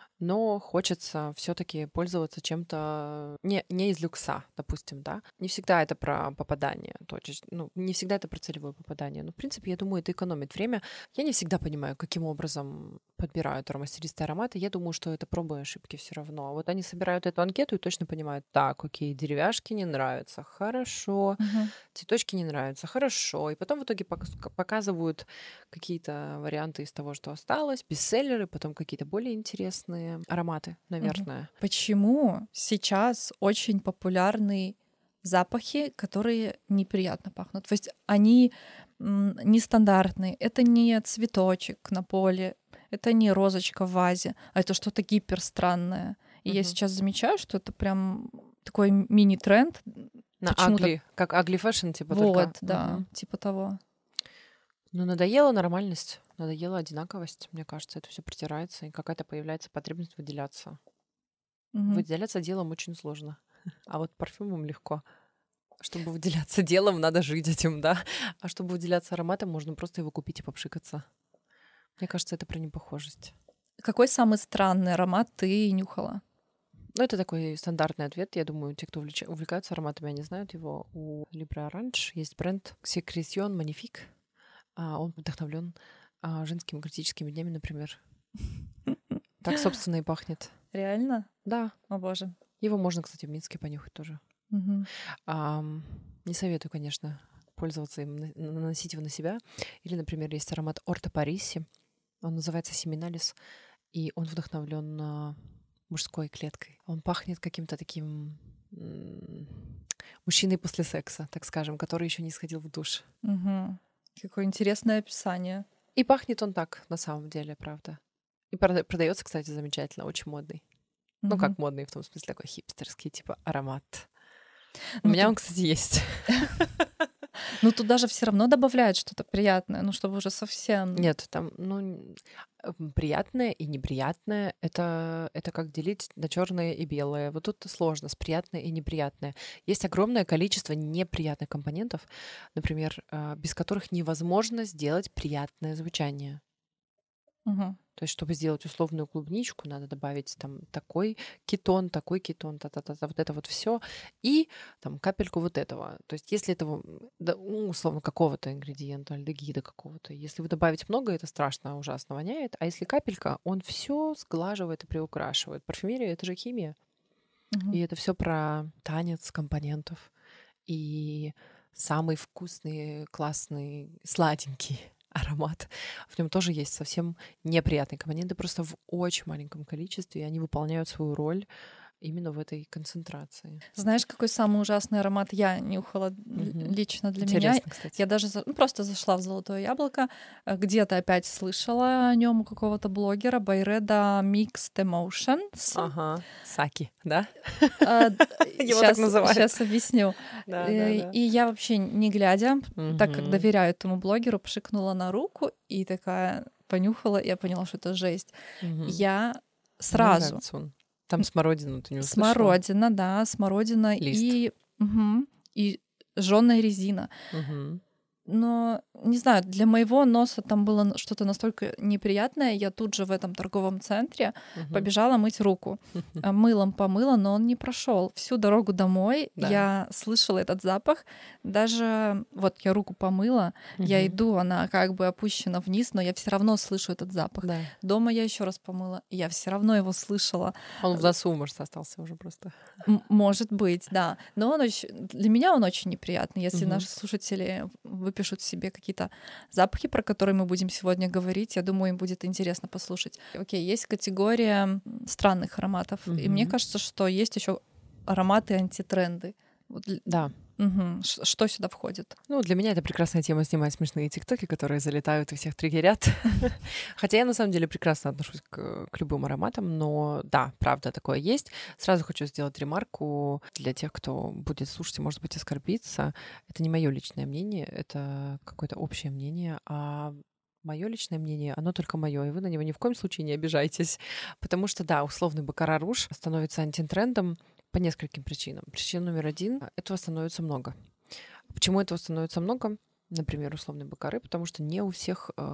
но хочется все-таки пользоваться чем-то не, не из люкса, допустим, да. Не всегда это про попадание, точечно, ну, не всегда это про целевое попадание. Но, в принципе, я думаю, это экономит время. Я не всегда понимаю, каким образом подбирают аромастилисты ароматы. Я думаю, что это пробы и ошибки все равно. А вот они собирают эту анкету и точно понимают, так, окей, деревяшки не нравятся, хорошо, Мгм. цветочки не нравятся, хорошо. И потом в итоге пок- показывают какие-то варианты из того, что осталось, бестселлеры, потом какие-то более интересные ароматы, Мгм. наверное. Почему сейчас очень популярны запахи, которые неприятно пахнут? То есть они м, нестандартные. Это не цветочек на поле, это не розочка в вазе, а это что-то гиперстранное. И я Мгм. сейчас замечаю, что это прям такой мини-тренд. На Почему так? агли, как агли фэшн, типа только. Вот, да, Мгм. типа того. Ну, надоела нормальность, надоела одинаковость. Мне кажется, это все притирается, и какая-то появляется потребность выделяться. Мгм. Выделяться делом очень сложно, а вот парфюмом легко. Чтобы выделяться делом, надо жить этим, да? А чтобы выделяться ароматом, можно просто его купить и попшикаться. Мне кажется, это про непохожесть. Какой самый странный аромат ты нюхала? Ну, это такой стандартный ответ. Я думаю, те, кто увлеч- увлекаются ароматами, они знают его. У Libre Orange есть бренд Secretion Magnifique. А, Он вдохновлен а, женскими критическими днями, например. Так, собственно, и пахнет. Реально? Да, О боже. его можно, кстати, в Минске понюхать тоже. Мгм. Ам, Не советую, конечно, пользоваться им, на- наносить его на себя. Или, например, есть аромат Орто Париси. Он называется Семиналис, и он вдохновлен а, мужской клеткой. Он пахнет каким-то таким м, мужчиной после секса, так скажем, который еще не сходил в душ. Мгм. Какое интересное описание. И пахнет он так, на самом деле, правда. И прода- продается, кстати, замечательно, очень модный. Ну, Мгм. как модный, в том смысле, такой хипстерский, типа аромат. У Ну, меня тут- он, кстати, есть. Ну, тут даже все равно добавляют что-то приятное, ну, чтобы уже совсем... Нет, там, ну, н- м, приятное и неприятное это, это как делить на черное и белое. Вот тут сложно с приятное и неприятное. Есть огромное количество неприятных компонентов, например, а, без которых невозможно сделать приятное звучание. Мгм. То есть, чтобы сделать условную клубничку, надо добавить там такой кетон, такой кетон, та-та-та, вот это вот все, и там капельку вот этого. То есть, если этого, м, да, ну, условно, какого-то ингредиента, альдегида какого-то, если вы добавите много, это страшно, ужасно воняет, а если капелька, он все сглаживает и приукрашивает. Парфюмерия — это же химия, Мгм. и это все про танец компонентов и самый вкусный, классный, сладенький аромат. В нем тоже есть совсем неприятные компоненты, просто в очень маленьком количестве, и они выполняют свою роль именно в этой концентрации. Знаешь, какой самый ужасный аромат я нюхала л- Мгм. лично для меня? Интересно, кстати. Я даже за- ну, просто зашла в «Золотое яблоко», э, где-то опять слышала о нем у какого-то блогера Байреда Mixed Emotions. Ага, саки, да? А, д- Его так Сейчас, называют. сейчас объясню. Да, да, Э, да. И я вообще не глядя, так как Мгм. доверяю этому блогеру, пшикнула на руку и такая понюхала, и я поняла, что это жесть. Мгм. Я Мне сразу нравится он. Там смородину ты не услышала? смородина, да, смородина Лист. и мгм, и жжёная резина. Мгм. Но, не знаю, для моего носа там было н- что-то настолько неприятное. Я тут же в этом торговом центре Мгм. побежала мыть руку. А, Мылом помыла, но он не прошел. Всю дорогу домой Да. я слышала этот запах. Даже вот я руку помыла, я Мгм. иду, она как бы опущена вниз, но я все равно слышу этот запах. Да. Дома я еще раз помыла, и я все равно его слышала. Он в носу, может, остался уже просто. М- Может быть, да. Но он очень, для меня он очень неприятный. Если Мгм. наши слушатели выпишут себе какие-то запахи, про которые мы будем сегодня говорить, я думаю, им будет интересно послушать. Окей, есть категория м, странных ароматов. И мне Мгм. кажется, что есть еще ароматы антитренды. Вот л- Да. мгм. Ш- Что сюда входит? Ну, для меня это прекрасная тема снимать смешные тиктоки, которые залетают и всех триггерят. Хотя я на самом деле прекрасно отношусь к, к любым ароматам, но да, правда, такое есть. Сразу хочу сделать ремарку для тех, кто будет слушать и, может быть, оскорбиться. Это не мое личное мнение, это какое-то общее мнение, а мое личное мнение, оно только мое, и вы на него ни в коем случае не обижайтесь. Потому что, да, условный Баккара Руж становится антитрендом по нескольким причинам. Причина номер один — этого становится много. Почему этого становится много? Например, условной Баккары, потому что не у всех... э,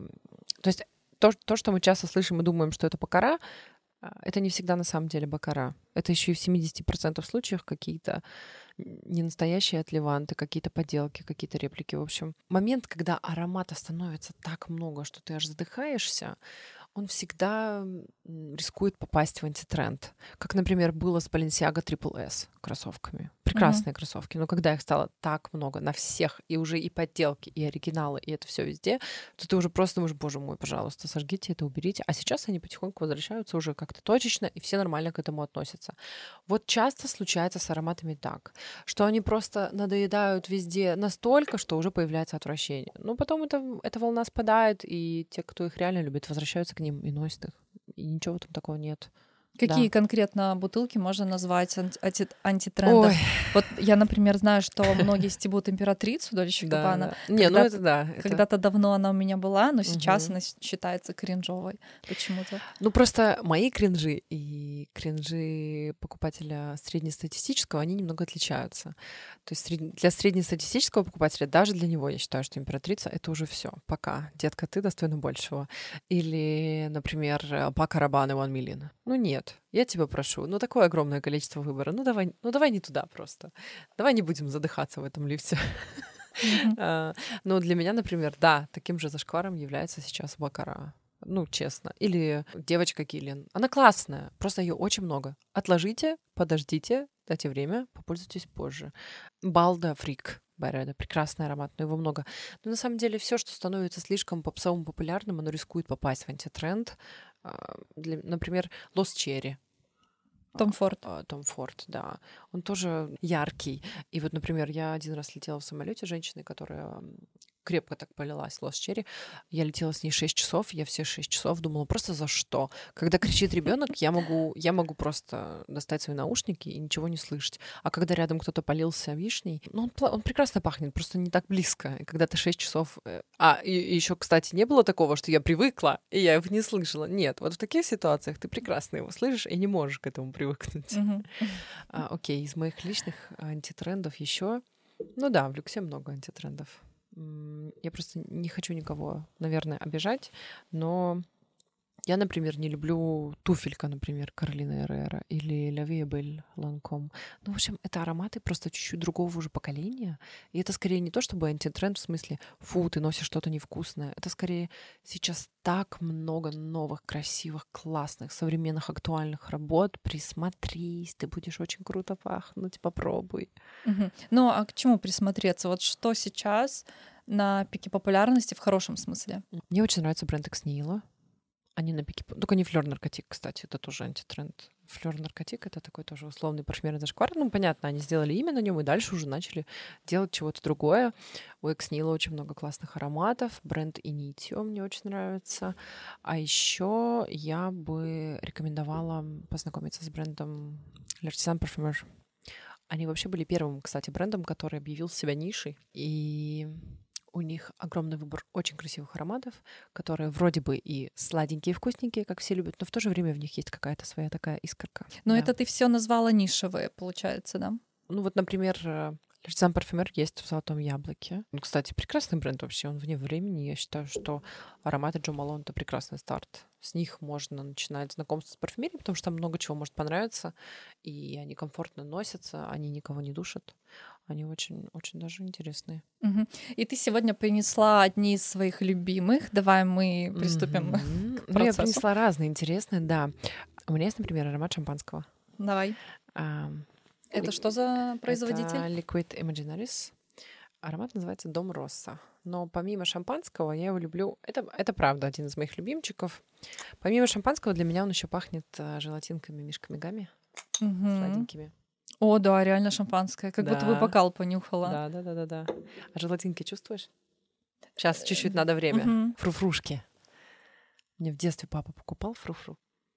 То есть то, то, что мы часто слышим и думаем, что это Баккара, а, это не всегда на самом деле Баккара. Это еще и в семидесяти процентах случаев какие-то ненастоящие отливанты, какие-то подделки, какие-то реплики. В общем, момент, когда аромата становится так много, что ты аж задыхаешься, он всегда м, рискует попасть в антитренд. Как, например, было с Balenciaga Triple S кроссовками. Прекрасные кроссовки. Но когда их стало так много на всех, и уже и подделки, и оригиналы, и это все везде, то ты уже просто думаешь, боже мой, пожалуйста, сожгите это, уберите. А сейчас они потихоньку возвращаются уже как-то точечно, и все нормально к этому относятся. Вот часто случается с ароматами так, что они просто надоедают везде настолько, что уже появляется отвращение. Но потом это, эта волна спадает, и те, кто их реально любит, возвращаются к ним и носят их. И ничего в этом такого нет. Какие Да. конкретно бутылки можно назвать анти- антитрендом? Ой, Вот я, например, знаю, что многие стебут императрицу Дольче да, Габбана. да. Не, ну Когда-то это да. Это... когда-то давно она у меня была, но сейчас Мгм. она с- считается кринжовой почему-то. Ну, просто мои кринжи и кринжи покупателя среднестатистического, они немного отличаются. То есть сред- для среднестатистического покупателя, даже для него, я считаю, что императрица — это уже все. Пока. Детка, ты достойна большего. Или, например, э, Пако Раббане One Million. Ну нет, я тебя прошу. Ну, такое огромное количество выбора. Ну, давай, ну, давай не туда просто. Давай не будем задыхаться в этом лифте. Мгм. А, Но для меня, например, да, таким же зашкваром является сейчас Бакара. Ну, честно. Или девочка Киллиан. Она классная, просто ее очень много. Отложите, подождите, дайте время, попользуйтесь позже. Балда Фрик Байреда. Прекрасный аромат, но его много. Но на самом деле все, что становится слишком попсовым популярным, оно рискует попасть в антитренд. А, для- Например, Лос Черри. Том Форд. а, Том Форд, да. Он тоже яркий. И вот, например, я один раз летела в самолете с женщиной, которая м, крепко так полилась Лос Черри. Я летела с ней шесть часов, я все шесть часов думала, просто за что? Когда кричит ребенок, я могу, я могу просто достать свои наушники и ничего не слышать. А когда рядом кто-то полился вишней, ну, он, пла- он прекрасно пахнет, просто не так близко. И когда ты шесть часов... э, А, и, еще, кстати, не было такого, что я привыкла, и я его не слышала. Нет, вот в таких ситуациях ты прекрасно его слышишь и не можешь к этому привыкнуть. Мгм. А, окей, из моих личных антитрендов еще. Ну да, в люксе много антитрендов. М, Я просто не хочу никого, наверное, обижать, но я, например, не люблю туфелька, например, Каролина Эррера или Ля Vie Belle Lancôme. Ну, в общем, это ароматы просто чуть-чуть другого уже поколения. И это скорее не то, чтобы антитренд в смысле «фу, ты носишь что-то невкусное». Это скорее сейчас так много новых, красивых, классных, современных, актуальных работ. Присмотрись, ты будешь очень круто пахнуть, попробуй. Мгм. Ну, а к чему присмотреться? Вот что сейчас на пике популярности в хорошем смысле? Мне очень нравится бренд Экснила. Они на пике... п- Только не флёр наркотик, кстати, это тоже антитренд. Флёр наркотик — это такой тоже условный парфюмерный зашквар. Ну, понятно, они сделали имя на нем и дальше уже начали делать чего-то другое. У Экснила очень много классных ароматов. Бренд Initio мне очень нравится. А еще я бы рекомендовала познакомиться с брендом L'Artisan Parfumeur. Они вообще были первым, кстати, брендом, который объявил себя нишей. И у них огромный выбор очень красивых ароматов, которые вроде бы и сладенькие, и вкусненькие, как все любят, но в то же время в них есть какая-то своя такая искорка. Но Да. это ты все назвала нишевые, получается, да? Ну вот, например, L'Artisan Parfumeur есть в «Золотом яблоке». Он, кстати, прекрасный бренд вообще, он вне времени. Я считаю, что ароматы Джо Малон — это прекрасный старт. С них можно начинать знакомство с парфюмерией, потому что там много чего может понравиться, и они комфортно носятся, они никого не душат. Они очень, очень даже интересные. Мгм. И ты сегодня принесла одни из своих любимых. Давай мы приступим Мгм. к Ну, я процессу. принесла разные интересные, да. У меня есть, например, аромат шампанского. Давай. Ам, Это что за производитель? Это Liquid Imaginaries. Аромат называется «Дом Росса». Но помимо шампанского я его люблю. Это, это правда один из моих любимчиков. Помимо шампанского для меня он еще пахнет а, желатинками, мишками гами, Мгм. сладенькими. О, да, реально шампанское. Как будто бы Да. бокал понюхала. Да, да, да, да, да. А желатинки чувствуешь? Сейчас чуть-чуть надо время. Мгм. Фруфрушки. Мне в детстве папа покупал фруфру.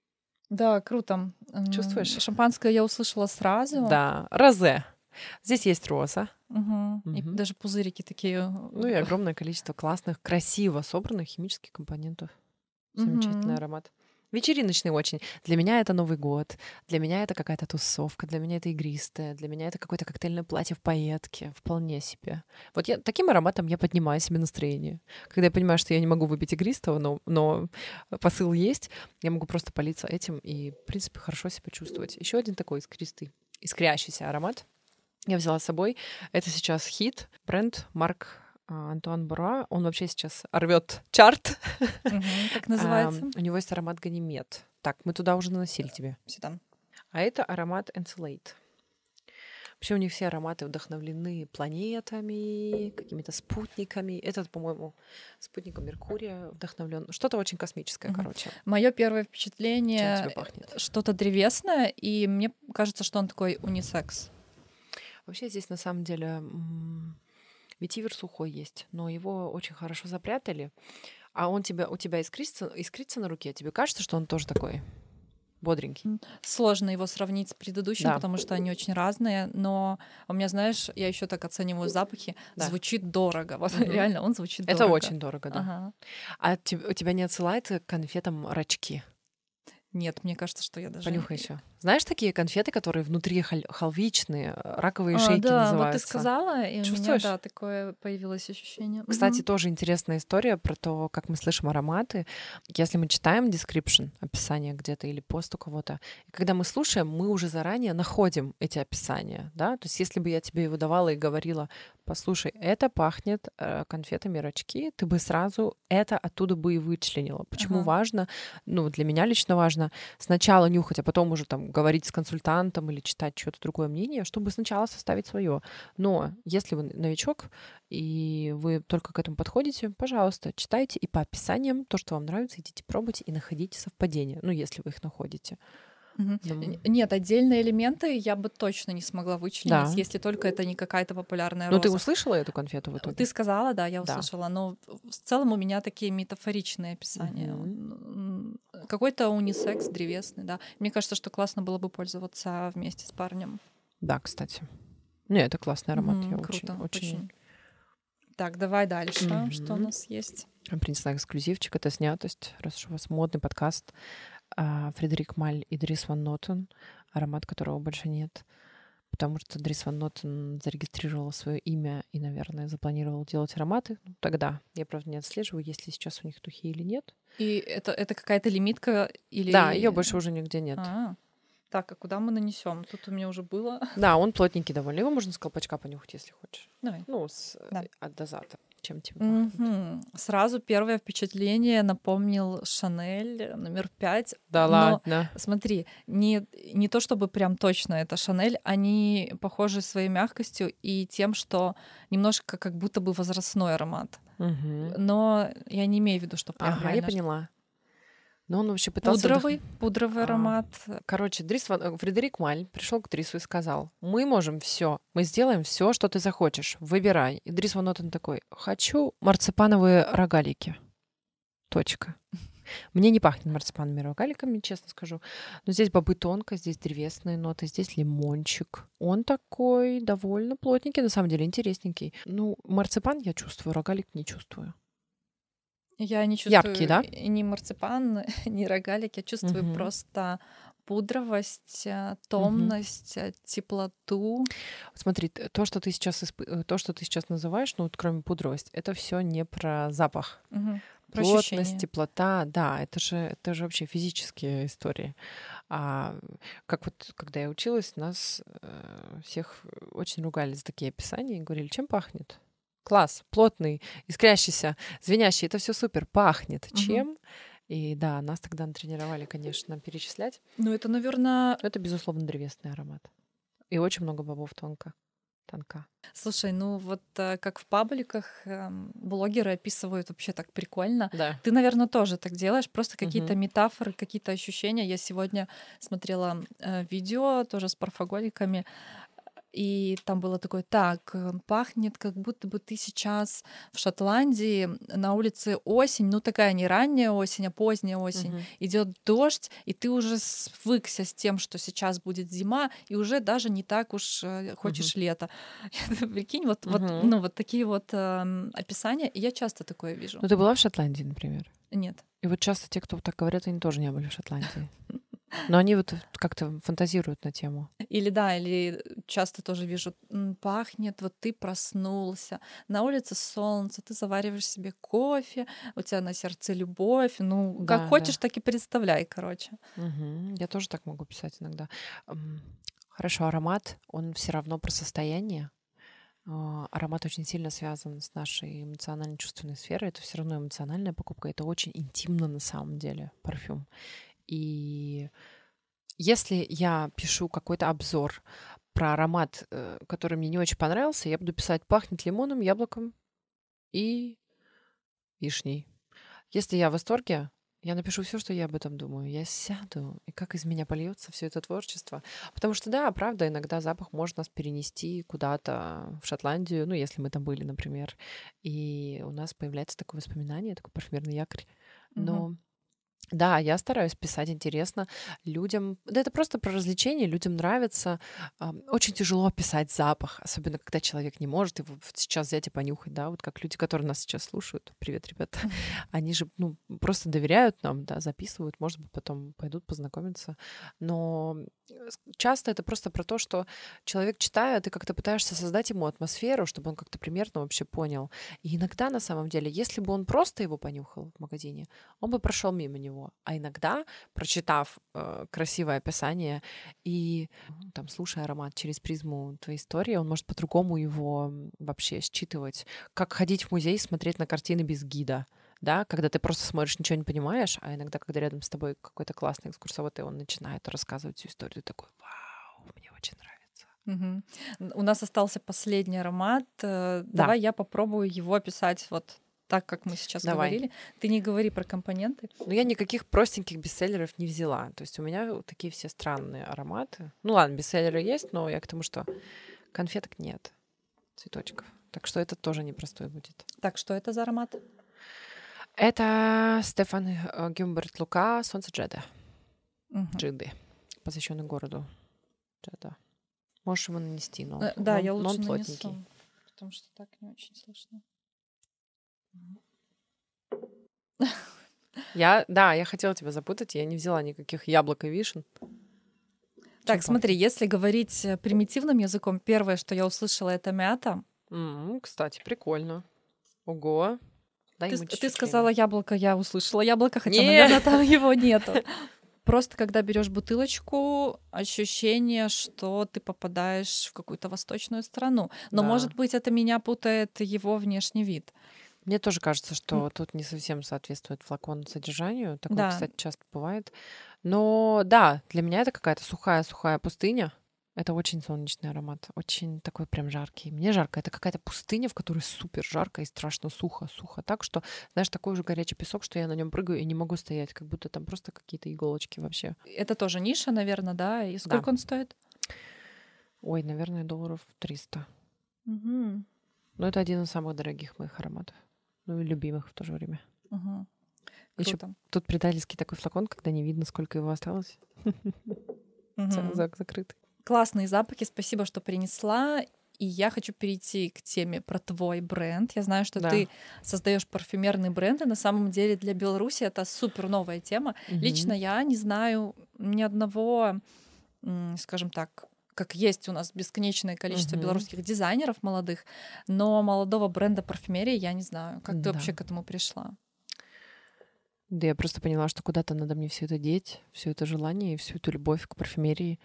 Да, круто. М, Чувствуешь? Шампанское я услышала сразу. Да, розе. Здесь есть роза. Мгм. И Мгм. даже пузырики такие. Ну и огромное количество классных, красиво собранных химических компонентов. Замечательный Мгм. аромат. Вечериночный очень. Для меня это Новый год. Для меня это какая-то тусовка. Для меня это игристое. Для меня это какое-то коктейльное платье в пайетке. Вполне себе. Вот я таким ароматом я поднимаю себе настроение. Когда я понимаю, что я не могу выпить игристого, но, но посыл есть, я могу просто политься этим и, в принципе, хорошо себя чувствовать. Еще один такой искристый, искрящийся аромат я взяла с собой. Это сейчас хит. Бренд Марк а, Антуан Буруа. Он вообще сейчас рвет чарт. Мгм. Как называется? Ам, У него есть аромат Ганимед. Так, мы туда уже наносили тебе. Сюда. А это аромат Ensolate. Вообще у них все ароматы вдохновлены планетами, какими-то спутниками. Этот, по-моему, спутником Меркурия вдохновлен. Что-то очень космическое, Мгм. короче. Мое первое Чем впечатление тебе пахнет? что-то древесное, и мне кажется, что он такой унисекс. Вообще здесь на самом деле м, ветивер сухой есть, но его очень хорошо запрятали. А он тебя, у тебя искрится, искрится на руке. Тебе кажется, что он тоже такой бодренький. Сложно его сравнить с предыдущим, Да. потому что они очень разные, но у меня, знаешь, я еще так оцениваю запахи, Да. звучит дорого. Вот Мгм. реально, он звучит Это дорого. очень дорого, да. Ага. А те- у тебя не отсылает к конфетам рачки? Нет, мне кажется, что я даже... Понюхай еще. Знаешь такие конфеты, которые внутри хал- халвичные, раковые А, шейки да, вот ты называются? сказала, и у меня, Чувствуешь? да, такое появилось ощущение. Кстати, Мгм. тоже интересная история про то, как мы слышим ароматы. Если мы читаем description, описание где-то или пост у кого-то, и когда мы слушаем, мы уже заранее находим эти описания, да? То есть если бы я тебе его давала и говорила, послушай, это пахнет э, конфетами рачки, ты бы сразу это оттуда бы и вычленила. Почему Ага. важно, ну, для меня лично важно сначала нюхать, а потом уже там говорить с консультантом или читать что-то другое мнение, чтобы сначала составить свое. Но если вы новичок, и вы только к этому подходите, пожалуйста, читайте и по описаниям то, что вам нравится, идите пробуйте и находите совпадения, ну, если вы их находите. Мгм. Ну, Н- Нет, отдельные элементы я бы точно не смогла вычленить, да. если только это не какая-то популярная Ну, ты роза. услышала эту конфету в итоге? Ты сказала, да, я Да. услышала, но в целом у меня такие метафоричные описания. Мгм. М, Какой-то унисекс древесный, да. Мне кажется, что классно было бы пользоваться вместе с парнем. Да, кстати. Не, это классный аромат. Мгм, Я круто, очень, очень... очень. Так, давай дальше. Что у Мгм. нас есть? Принесла эксклюзивчик, это снятость, раз уж у вас модный подкаст. А, Фредерик Маль и Дрис Ван Нотен, аромат которого больше нет, потому что Дрис Ван Нотен зарегистрировала свое имя и, наверное, запланировал делать ароматы. Ну, тогда. Я, правда, не отслеживаю, есть ли сейчас у них духи или нет. И это, это какая-то лимитка или... Да, ее больше уже нигде нет. А, так, а куда мы нанесем? Тут у меня уже было. Да, он плотненький довольно. Его можно с колпачка понюхать, если хочешь. Давай. Ну, с, Да. от дозатора. Чем тебе пахнет? Мгм. Сразу первое впечатление напомнил Шанель номер пять. Да но ладно. смотри, не, не то чтобы прям точно это Шанель, они похожи своей мягкостью и тем, что немножко как будто бы возрастной аромат. Мгм. Но я не имею в виду, что прям Ага, я реально поняла. Но он вообще пытался... вдох- пудровый, пудровый А. аромат. Короче, Дрис Ван- э, Фредерик Маль пришел к Дрису и сказал: мы можем все, мы сделаем все, что ты захочешь, выбирай. И Дрис Ван Нотен такой: хочу марципановые рогалики. Точка. Мне не пахнет марципановыми рогаликами, честно скажу. Но здесь бобы тонко, здесь древесные ноты, здесь лимончик. Он такой довольно плотненький, на самом деле интересненький. Ну, марципан я чувствую, рогалик не чувствую. Я не чувствую Яркий, да? и ни марципан, ни рогалик. Я чувствую Мгм. просто пудровость, э, томность, э, теплоту. Смотри, т- то, что ты сейчас испы- э, то, что ты сейчас называешь, ну вот кроме пудровости, это все не про запах. Мгм. Про Плотность, ощущения. теплота, да, это же, это же вообще физические истории. А как вот, когда я училась, нас э, всех очень ругали за такие описания и говорили, чем пахнет? Класс, плотный, искрящийся, звенящий, это все супер, пахнет. Мгм. Чем? И да, нас тогда натренировали, конечно, перечислять. Ну, это, наверное... Но это, безусловно, древесный аромат. И очень много бобов тонко. Тонка. Слушай, ну вот э, как в пабликах эм, блогеры описывают вообще так прикольно. Да. Ты, наверное, тоже так делаешь, просто какие-то Мгм. метафоры, какие-то ощущения. Я сегодня смотрела э, видео тоже с парфаголиками, и там было такое: так, э, пахнет, как будто бы ты сейчас в Шотландии, на улице осень, ну такая не ранняя осень, а поздняя осень, Мгм. идет дождь, и ты уже свыкся с тем, что сейчас будет зима, и уже даже не так уж э, хочешь лето. Прикинь, вот, вот, Мгм. ну вот такие вот эм, описания, и я часто такое вижу. Ну, ты была в Шотландии, например? Нет. И вот часто те, кто так говорят, они тоже не были в Шотландии. Но они вот как-то фантазируют на тему. Или да, или часто тоже вижу, м, пахнет, вот ты проснулся, на улице солнце, ты завариваешь себе кофе, у тебя на сердце любовь, ну, Да, как хочешь, да. так и представляй, короче. Мгм. Я тоже так могу писать иногда. М, Хорошо, аромат, он все равно про состояние. А, Аромат очень сильно связан с нашей эмоционально-чувственной сферой. Это все равно эмоциональная покупка. Это очень интимно на самом деле, парфюм. И если я пишу какой-то обзор про аромат, э, который мне не очень понравился, я буду писать: пахнет лимоном, яблоком и вишней. Если я в восторге, я напишу все, что я об этом думаю. Я сяду, и как из меня польется все это творчество. Потому что, да, правда, иногда запах может нас перенести куда-то в Шотландию, ну, если мы там были, например, и у нас появляется такое воспоминание, такой парфюмерный якорь. Мгм. Но Да, я стараюсь писать интересно людям. Да это просто про развлечение, людям нравится. Ам, Очень тяжело описать запах, особенно когда человек не может его вот сейчас взять и понюхать, да, вот как люди, которые нас сейчас слушают. Привет, ребята. Мгм. Они же, ну, просто доверяют нам, да, записывают, может быть, потом пойдут познакомиться. Но э, с- часто это просто про то, что человек читая, ты как-то пытаешься создать ему атмосферу, чтобы он как-то примерно вообще понял. И иногда, на самом деле, если бы он просто его понюхал в магазине, он бы прошел мимо него. А иногда, прочитав э, красивое описание и м, там, слушая аромат через призму твоей истории, он может по-другому его м, вообще считывать. Как ходить в музей, смотреть на картины без гида. Да, когда ты просто смотришь, ничего не понимаешь, а иногда, когда рядом с тобой какой-то классный экскурсовод, и он начинает рассказывать всю историю, ты такой, вау, мне очень нравится. Мгм. Н- У нас остался последний аромат. э, Да, Давай я попробую его описать вот так, как мы сейчас давай. говорили. Ты не говори про компоненты. Но я никаких простеньких бестселлеров не взяла. То есть у меня вот такие все странные ароматы. Ну ладно, бестселлеры есть, но я к тому, что конфеток нет, цветочков. Так что это тоже непростой будет. Так, что это за аромат? Это Стефан э, Гюмберт Лука «Солнце Джеда». Мгм. Джиды, посвященный городу Джеда. Можешь его нанести, но он, Э, но Да, он, я но он лучше плотненький. нанесу, потому что так не очень слышно. Я, да, я хотела тебя запутать, я не взяла никаких яблок и вишен. Чем Так, смотри, пахнет? если говорить э, примитивным языком, первое, что я услышала, это мята. М, кстати, прикольно. Ого. Дай Ты, ему с- ты чуть-чуть сказала времени. яблоко, я услышала яблоко, хотя, Не! наверное, там его нету. Просто когда берешь бутылочку, ощущение, что ты попадаешь в какую-то восточную страну. Но, Да. может быть, это меня путает его внешний вид. Мне тоже кажется, М, что тут не совсем соответствует флакон содержанию. Такое, Да, кстати, часто бывает. Но да, для меня это какая-то сухая-сухая пустыня. Это очень солнечный аромат, очень такой прям жаркий. Мне жарко. Это какая-то пустыня, в которой супер жарко и страшно сухо. Сухо так, что, знаешь, такой уже горячий песок, что я на нем прыгаю и не могу стоять, как будто там просто какие-то иголочки вообще. это тоже ниша, наверное, да? И Да. сколько он стоит? Ой, наверное, долларов триста. Мгм, Но это один из самых дорогих моих ароматов. Ну и любимых в то же время. мгм. Еще Круто. тут предательский такой флакон, когда не видно, сколько его осталось. За- Мгм. за- Закрытый. Классные запахи, спасибо, что принесла. И я хочу перейти к теме про твой бренд. Я знаю, что Да. ты создаешь парфюмерные бренды. На самом деле для Беларуси это супер новая тема. Лично Мгм. я не знаю ни одного, м, скажем так, как есть у нас бесконечное количество Мгм. белорусских дизайнеров молодых, но молодого бренда парфюмерии я не знаю. Как ты Да. вообще к этому пришла? Да, я просто поняла, что куда-то надо мне все это деть, все это желание и всю эту любовь к парфюмерии.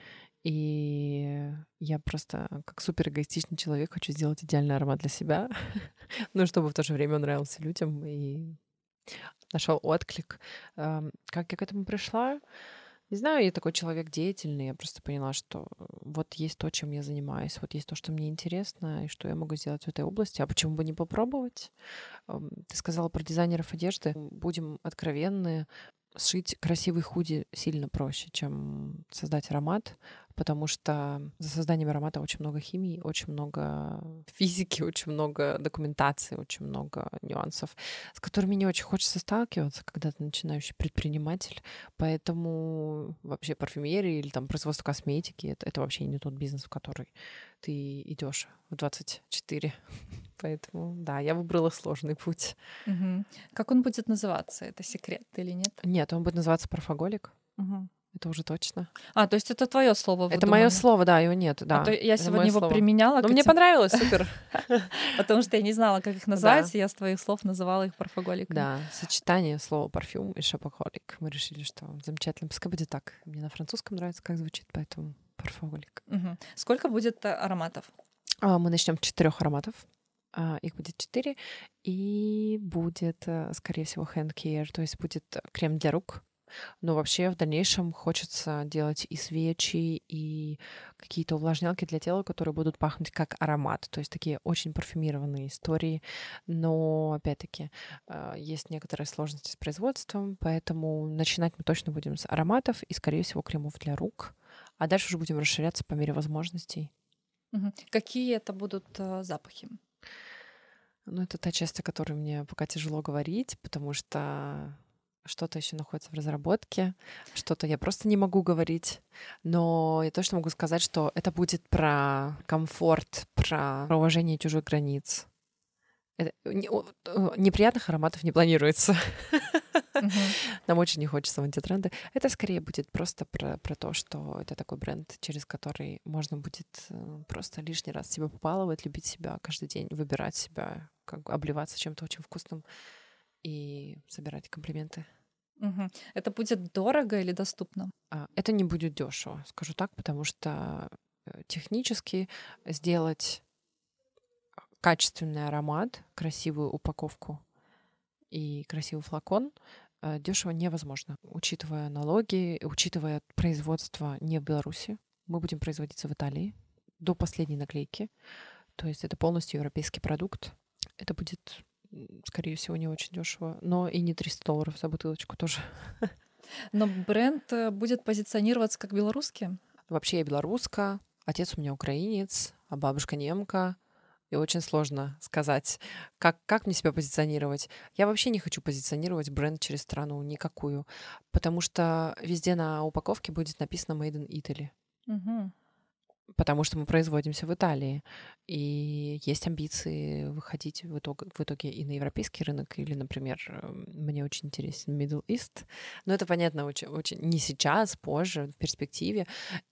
И я просто, как супер эгоистичный человек, хочу сделать идеальный аромат для себя, ну, чтобы в то же время он нравился людям и нашел отклик. Ам, Как я к этому пришла? Не знаю, я такой человек деятельный. Я просто поняла, что э, вот есть то, чем я занимаюсь, вот есть то, что мне интересно, и что я могу сделать в этой области. А почему бы не попробовать? Ам, Ты сказала про дизайнеров одежды. Будем откровенны. Сшить красивый худи сильно проще, чем создать аромат, потому что за созданием аромата очень много химии, очень много физики, очень много документации, очень много нюансов, с которыми не очень хочется сталкиваться, когда ты начинающий предприниматель. Поэтому вообще парфюмерия или там производство косметики это, это вообще не тот бизнес, в который ты идешь в двадцать четыре. Поэтому да, я выбрала сложный путь. Мгм. Как он будет называться? Это секрет или нет? Нет, он будет называться парфоголик. Мгм. Это уже точно. А, то есть это твое слово Это мое выдуманное? слово, да, его нет, А то да. я Это мое сегодня его слово. применяла Но к мне этим, понравилось, супер. потому что я не знала, как их Да, назвать, и я с твоих слов называла их парфоголиками. да. Сочетание слова парфюм и шопоголик. Мы решили, что замечательно. Пускай будет так. Мне на французском нравится, как звучит, поэтому парфоголик. Мгм. Сколько будет э, ароматов? А, Мы начнем с четырех ароматов. А, Их будет четыре. И будет, э, скорее всего, hand care, то есть будет э, крем для рук. Но вообще в дальнейшем хочется делать и свечи, и какие-то увлажнялки для тела, которые будут пахнуть как аромат. То есть такие очень парфюмированные истории. Но, опять-таки, а, есть некоторые сложности с производством, поэтому начинать мы точно будем с ароматов и, скорее всего, кремов для рук. А дальше уже будем расширяться по мере возможностей. Мгм. Какие это будут э, запахи? Ну, это та часть, о которой мне пока тяжело говорить, потому что что-то еще находится в разработке, что-то я просто не могу говорить. Но я точно могу сказать, что это будет про комфорт, про уважение чужих границ. Это, не, неприятных ароматов не планируется. Uh-huh. Нам очень не хочется в антитренды. Это скорее будет просто про, про то, что это такой бренд, через который можно будет просто лишний раз себя побаловать, любить себя каждый день, выбирать себя, как обливаться чем-то очень вкусным и собирать комплименты. Uh-huh. Это будет дорого или доступно? Это не будет дешево, скажу так, потому что технически сделать качественный аромат, красивую упаковку и красивый флакон дешево невозможно, учитывая налоги, учитывая производство не в Беларуси. Мы будем производиться в Италии до последней наклейки. То есть это полностью европейский продукт. Это будет, скорее всего, не очень дешево, но и не триста долларов за бутылочку тоже. Но бренд будет позиционироваться как белорусский? Вообще я белоруска, отец у меня украинец, а бабушка немка. И очень сложно сказать, как, как мне себя позиционировать. Я вообще не хочу позиционировать бренд через страну никакую, потому что везде на упаковке будет написано «Made in Italy». Угу. Потому что мы производимся в Италии, и есть амбиции выходить в итоге, в итоге и на европейский рынок, или, например, мне очень интересен Middle East, но это, понятно, очень, очень не сейчас, позже, в перспективе,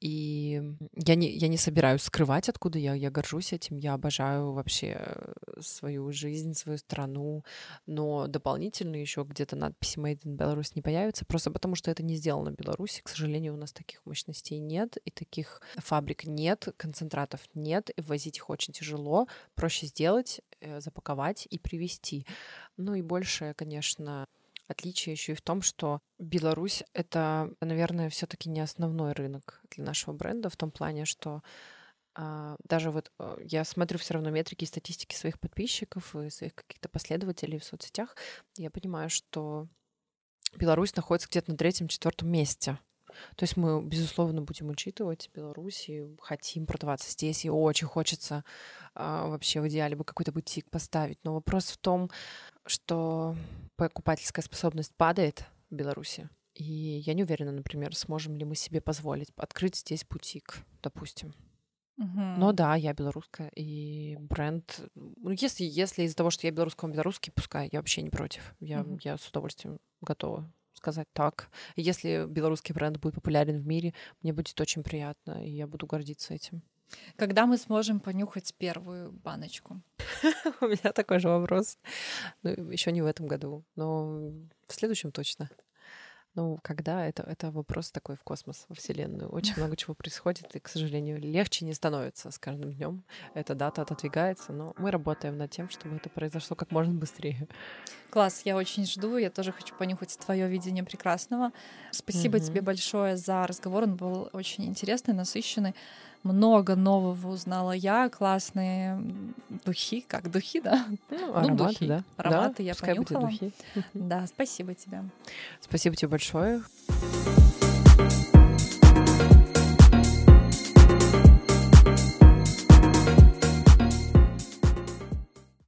и я не, я не собираюсь скрывать, откуда я, я горжусь этим, я обожаю вообще свою жизнь, свою страну, но дополнительно еще где-то надписи Made in Belarus не появятся, просто потому что это не сделано в Беларуси, к сожалению, у нас таких мощностей нет, и таких фабрик нет, Нет, концентратов нет, ввозить их очень тяжело, проще сделать, запаковать и привезти. Ну и большее, конечно, отличие еще и в том, что Беларусь — это, наверное, все-таки не основной рынок для нашего бренда в том плане, что а, даже вот я смотрю все равно метрики и статистики своих подписчиков и своих каких-то последователей в соцсетях, я понимаю, что Беларусь находится где-то на третьем-четвертом месте. То есть мы, безусловно, будем учитывать Беларусь и хотим продаваться здесь, и очень хочется а, вообще в идеале бы какой-то бутик поставить. Но вопрос в том, что покупательская способность падает в Беларуси. И я не уверена, например, сможем ли мы себе позволить открыть здесь бутик, допустим. Uh-huh. Но да, я белорусская, и бренд... Ну, если, если из-за того, что я белорусская, он белорусский, пускай, я вообще не против. Я, uh-huh. я с удовольствием готова сказать так. И если белорусский бренд будет популярен в мире, мне будет очень приятно, и я буду гордиться этим. Когда мы сможем понюхать первую баночку? У меня такой же вопрос. Ну, еще не в этом году, но в следующем точно. Ну, когда это, это вопрос такой в космос, во Вселенную. Очень много чего происходит, и, к сожалению, легче не становится с каждым днем. Эта дата отодвигается, но мы работаем над тем, чтобы это произошло как можно быстрее. Класс, я очень жду, я тоже хочу понюхать твое видение прекрасного. Спасибо mm-hmm. тебе большое за разговор, он был очень интересный, насыщенный. Много нового узнала я, классные духи, как духи, да? Ну, ароматы, ну, духи. Да. Ароматы да, я понюхала. Да, спасибо тебе. Спасибо тебе большое.